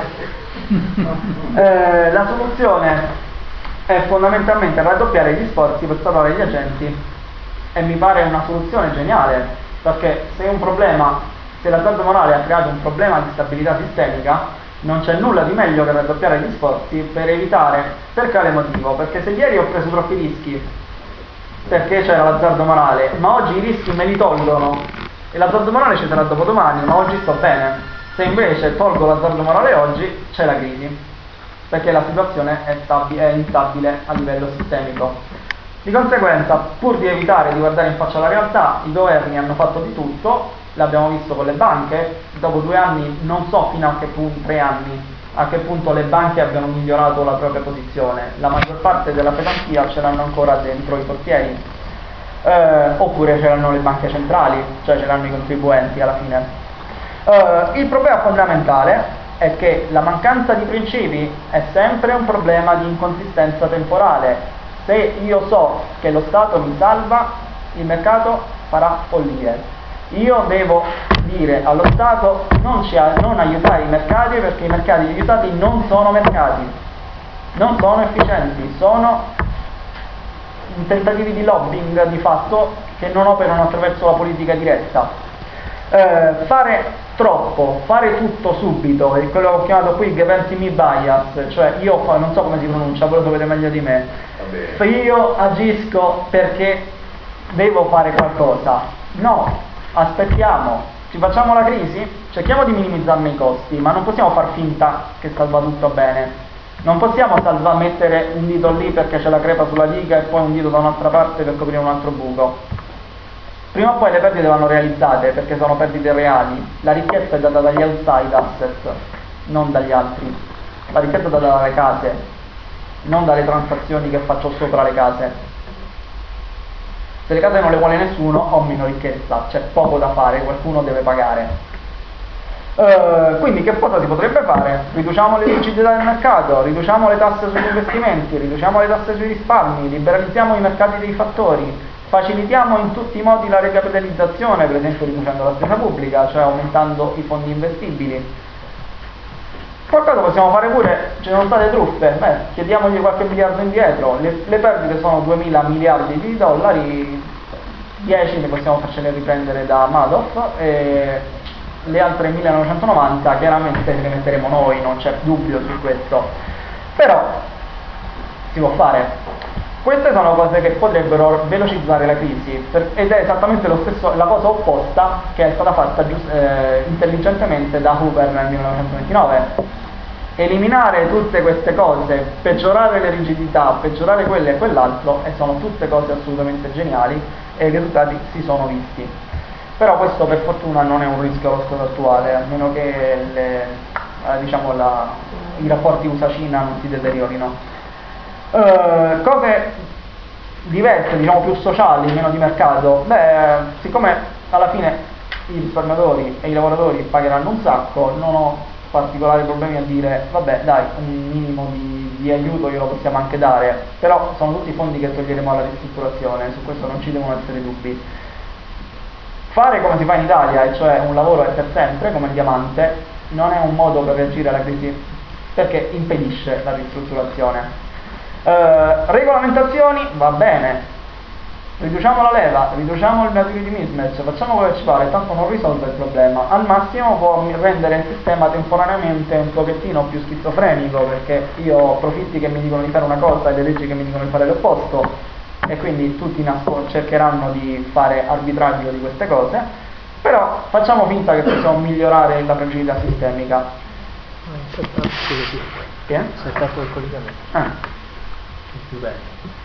Eh, la soluzione è fondamentalmente raddoppiare gli sforzi per salvare gli agenti e mi pare una soluzione geniale, perché se un problema, se l'azzardo morale ha creato un problema di stabilità sistemica, non c'è nulla di meglio che raddoppiare gli sforzi per evitare. Per quale motivo? Perché se ieri ho preso troppi rischi perché c'era l'azzardo morale, ma oggi i rischi me li tolgono e l'azzardo morale ci sarà dopodomani, ma oggi sto bene. Se invece tolgo l'azzardo morale oggi, c'è la crisi, perché la situazione è, stabi- è instabile a livello sistemico. Di conseguenza, pur di evitare di guardare in faccia la realtà, i governi hanno fatto di tutto, l'abbiamo visto con le banche, dopo due anni, non so fino a che punto, tre anni, a che punto le banche abbiano migliorato la propria posizione. La maggior parte della pesantia ce l'hanno ancora dentro i portieri, eh, oppure ce l'hanno le banche centrali, cioè ce l'hanno i contribuenti alla fine. Uh, il problema fondamentale è che la mancanza di principi è sempre un problema di inconsistenza temporale. Se io so che lo Stato mi salva, il mercato farà follie. Io devo dire allo Stato non, ci ha, non aiutare i mercati, perché i mercati aiutati non sono mercati, non sono efficienti, sono tentativi di lobbying di fatto che non operano attraverso la politica diretta. Eh, fare troppo, fare tutto subito, è quello che ho chiamato qui Geventy me bias, cioè io non so come si pronuncia, voi lo sapete meglio di me. Se io agisco perché devo fare qualcosa, no, aspettiamo, ci facciamo la crisi, cerchiamo di minimizzarne i costi, ma non possiamo far finta che salva tutto bene. Non possiamo salva mettere un dito lì perché c'è la crepa sulla diga e poi un dito da un'altra parte per coprire un altro buco. Prima o poi le perdite vanno realizzate perché sono perdite reali. La ricchezza è data dagli outside asset, non dagli altri. La ricchezza è data dalle case, non dalle transazioni che faccio sopra le case. Se le case non le vuole nessuno, ho meno ricchezza, c'è poco da fare, qualcuno deve pagare. Uh, quindi che cosa si potrebbe fare? Riduciamo le rigidità del mercato, riduciamo le tasse sugli investimenti, riduciamo le tasse sui risparmi, liberalizziamo i mercati dei fattori, facilitiamo in tutti i modi la recapitalizzazione, per esempio riducendo la spesa pubblica, cioè aumentando i fondi investibili. Qualcosa possiamo fare pure, ci sono state truffe, beh, chiediamogli qualche miliardo indietro, le, le perdite sono duemila miliardi di dollari, dieci ne possiamo farcene riprendere da Madoff e le altre millenovecentonovanta chiaramente le metteremo noi, non c'è dubbio su questo, però si può fare. Queste sono cose che potrebbero velocizzare la crisi per, ed è esattamente lo stesso, la cosa opposta che è stata fatta giust, eh, intelligentemente da Hoover nel millenovecentoventinove. Eliminare tutte queste cose, peggiorare le rigidità, peggiorare quello e quell'altro, e sono tutte cose assolutamente geniali e i risultati si sono visti. Però questo per fortuna non è un rischio allo stato attuale, a meno che le, eh, diciamo la, i rapporti U S A-Cina non si deteriorino. Uh, cose diverse, diciamo più sociali, meno di mercato, beh, siccome alla fine i risparmiatori e i lavoratori pagheranno un sacco, non ho particolari problemi a dire vabbè dai, un minimo di, di aiuto glielo possiamo anche dare, però sono tutti fondi che toglieremo alla ristrutturazione, su questo non ci devono essere dubbi. Fare come si fa in Italia, e cioè un lavoro è per sempre, come il diamante, non è un modo per reagire alla crisi, perché impedisce la ristrutturazione. Uh, regolamentazioni, va bene, riduciamo la leva, riduciamo il liquidity mismatch, facciamo quello che ci pare, tanto non risolve il problema, al massimo può rendere il sistema temporaneamente un pochettino più schizofrenico, perché io ho profitti che mi dicono di fare una cosa e le leggi che mi dicono di fare l'opposto, e quindi tutti cercheranno di fare arbitraggio di queste cose, però facciamo finta che possiamo migliorare la fragilità sistemica. Che? Saltato il collegamento. Ah. Più bello.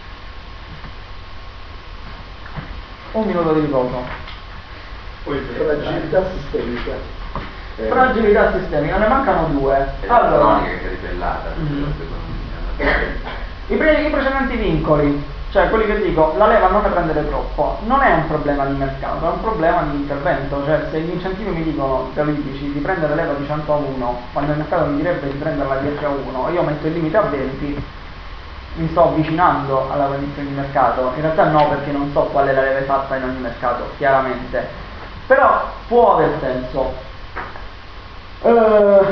Un minuto di riposo. Fragilità sistemica. Eh. Fragilità sistemica, ne mancano due. Allora, che è ribellata. Mm. I, pre- I precedenti vincoli, cioè quelli che dico, la leva non ne prendere troppo, non è un problema di mercato, è un problema di intervento, cioè se gli incentivi mi dicono, politici, di prendere leva di cento a uno, quando il mercato mi direbbe di prenderla dieci a uno, e io metto il limite a venti, mi sto avvicinando alla condizione di mercato. In realtà no, perché non so quale la leva fatta in ogni mercato, chiaramente, però può aver senso. Uh,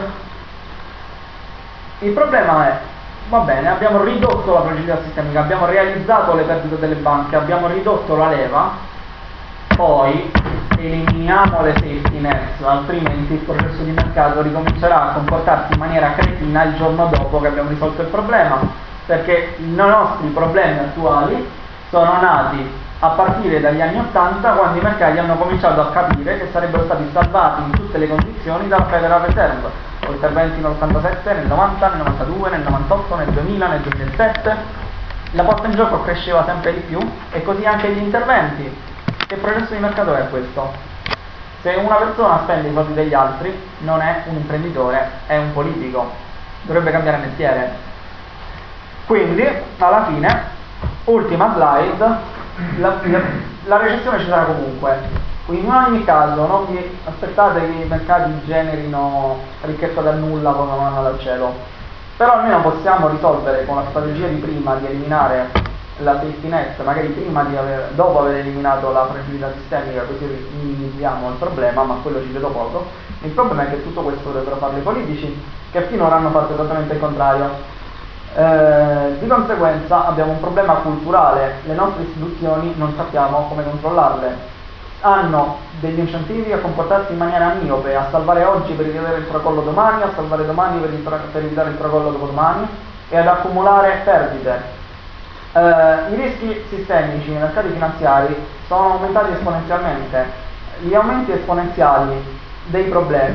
il problema è, va bene, abbiamo ridotto la fragilità sistemica, abbiamo realizzato le perdite delle banche, abbiamo ridotto la leva, poi eliminiamo le safety nets, altrimenti il processo di mercato ricomincerà a comportarsi in maniera cretina il giorno dopo che abbiamo risolto il problema, perché i nostri problemi attuali sono nati a partire dagli anni ottanta, quando i mercati hanno cominciato a capire che sarebbero stati salvati in tutte le condizioni dalla Federal Reserve, con interventi nell'ottantasette, nel novanta, nel novantadue, nel novantotto, nel duemila, nel duemilasette, la posta in gioco cresceva sempre di più, e così anche gli interventi. Che processo di mercato è questo? Se una persona spende i soldi degli altri, non è un imprenditore, è un politico, dovrebbe cambiare mestiere. Quindi, alla fine, ultima slide, la, la, la recessione ci sarà comunque. In ogni caso non vi aspettate che i mercati generino ricchezza dal nulla come manna dal cielo, però almeno possiamo risolvere con la strategia di prima di eliminare la safety net, magari prima di aver, dopo aver eliminato la fragilità sistemica, così minimizziamo il problema, ma quello ci vedo poco. Il problema è che tutto questo dovrebbero fare i politici, che finora hanno fatto esattamente il contrario. Eh, di conseguenza abbiamo un problema culturale, le nostre istituzioni non sappiamo come controllarle, hanno degli incentivi a comportarsi in maniera miope, a salvare oggi per evitare il tracollo domani, a salvare domani per, il tra- per evitare il tracollo dopodomani, e ad accumulare perdite. Eh, I rischi sistemici nei mercati finanziari sono aumentati esponenzialmente. Gli aumenti esponenziali dei problemi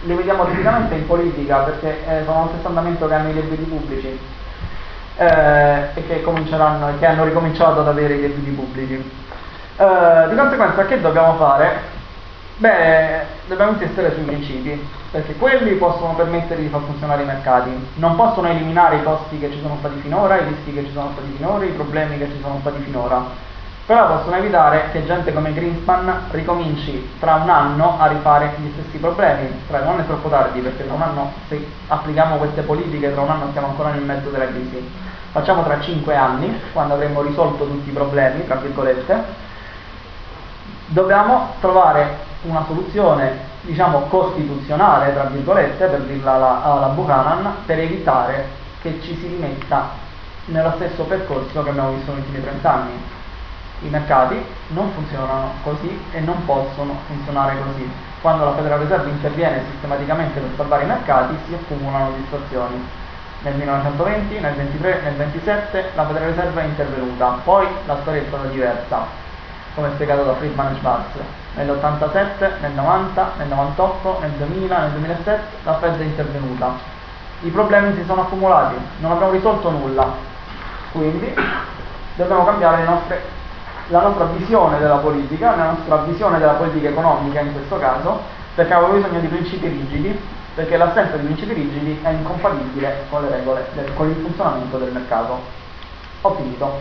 li vediamo tipicamente in politica, perché eh, sono lo stesso andamento che hanno i debiti pubblici eh, e che cominceranno che hanno ricominciato ad avere i debiti pubblici. Eh, di conseguenza che dobbiamo fare? Beh, dobbiamo insistere sui principi, perché quelli possono permettere di far funzionare i mercati, non possono eliminare i costi che ci sono stati finora, i rischi che ci sono stati finora, i problemi che ci sono stati finora, però possono evitare che gente come Greenspan ricominci tra un anno a rifare gli stessi problemi. Tra un anno è troppo tardi, perché tra un anno, se applichiamo queste politiche, tra un anno siamo ancora nel mezzo della crisi. Facciamo tra cinque anni, quando avremo risolto tutti i problemi, tra virgolette. Dobbiamo trovare una soluzione, diciamo, costituzionale, tra virgolette, per dirla alla, alla Buchanan, per evitare che ci si rimetta nello stesso percorso che abbiamo visto negli ultimi trent'anni. I mercati non funzionano così e non possono funzionare così. Quando la Federal Reserve interviene sistematicamente per salvare i mercati, si accumulano distorsioni. Nel millenovecentoventi, nel ventitré, nel ventisette la Federal Reserve è intervenuta, poi la storia è stata diversa, come spiegato da Friedman e Schwartz. Nell'ottantasette, nel novanta, nel novantotto, nel duemila, nel duemilasette la Fed è intervenuta. I problemi si sono accumulati, non abbiamo risolto nulla, quindi dobbiamo cambiare le nostre, la nostra visione della politica, la nostra visione della politica economica in questo caso, perché abbiamo bisogno di principi rigidi, perché l'assenza di principi rigidi è incompatibile con le regole, del, con il funzionamento del mercato. Ho finito.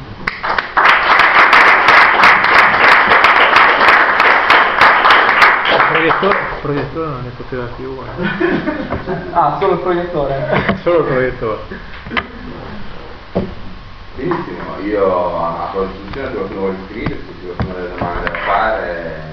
Il proiettore, il proiettore non ne poteva più. Eh. Ah, solo il proiettore. Solo il proiettore. Benissimo, io a tua disposizione, se qualcuno vuole iscriversi, se qualcuno ha delle domande da fare.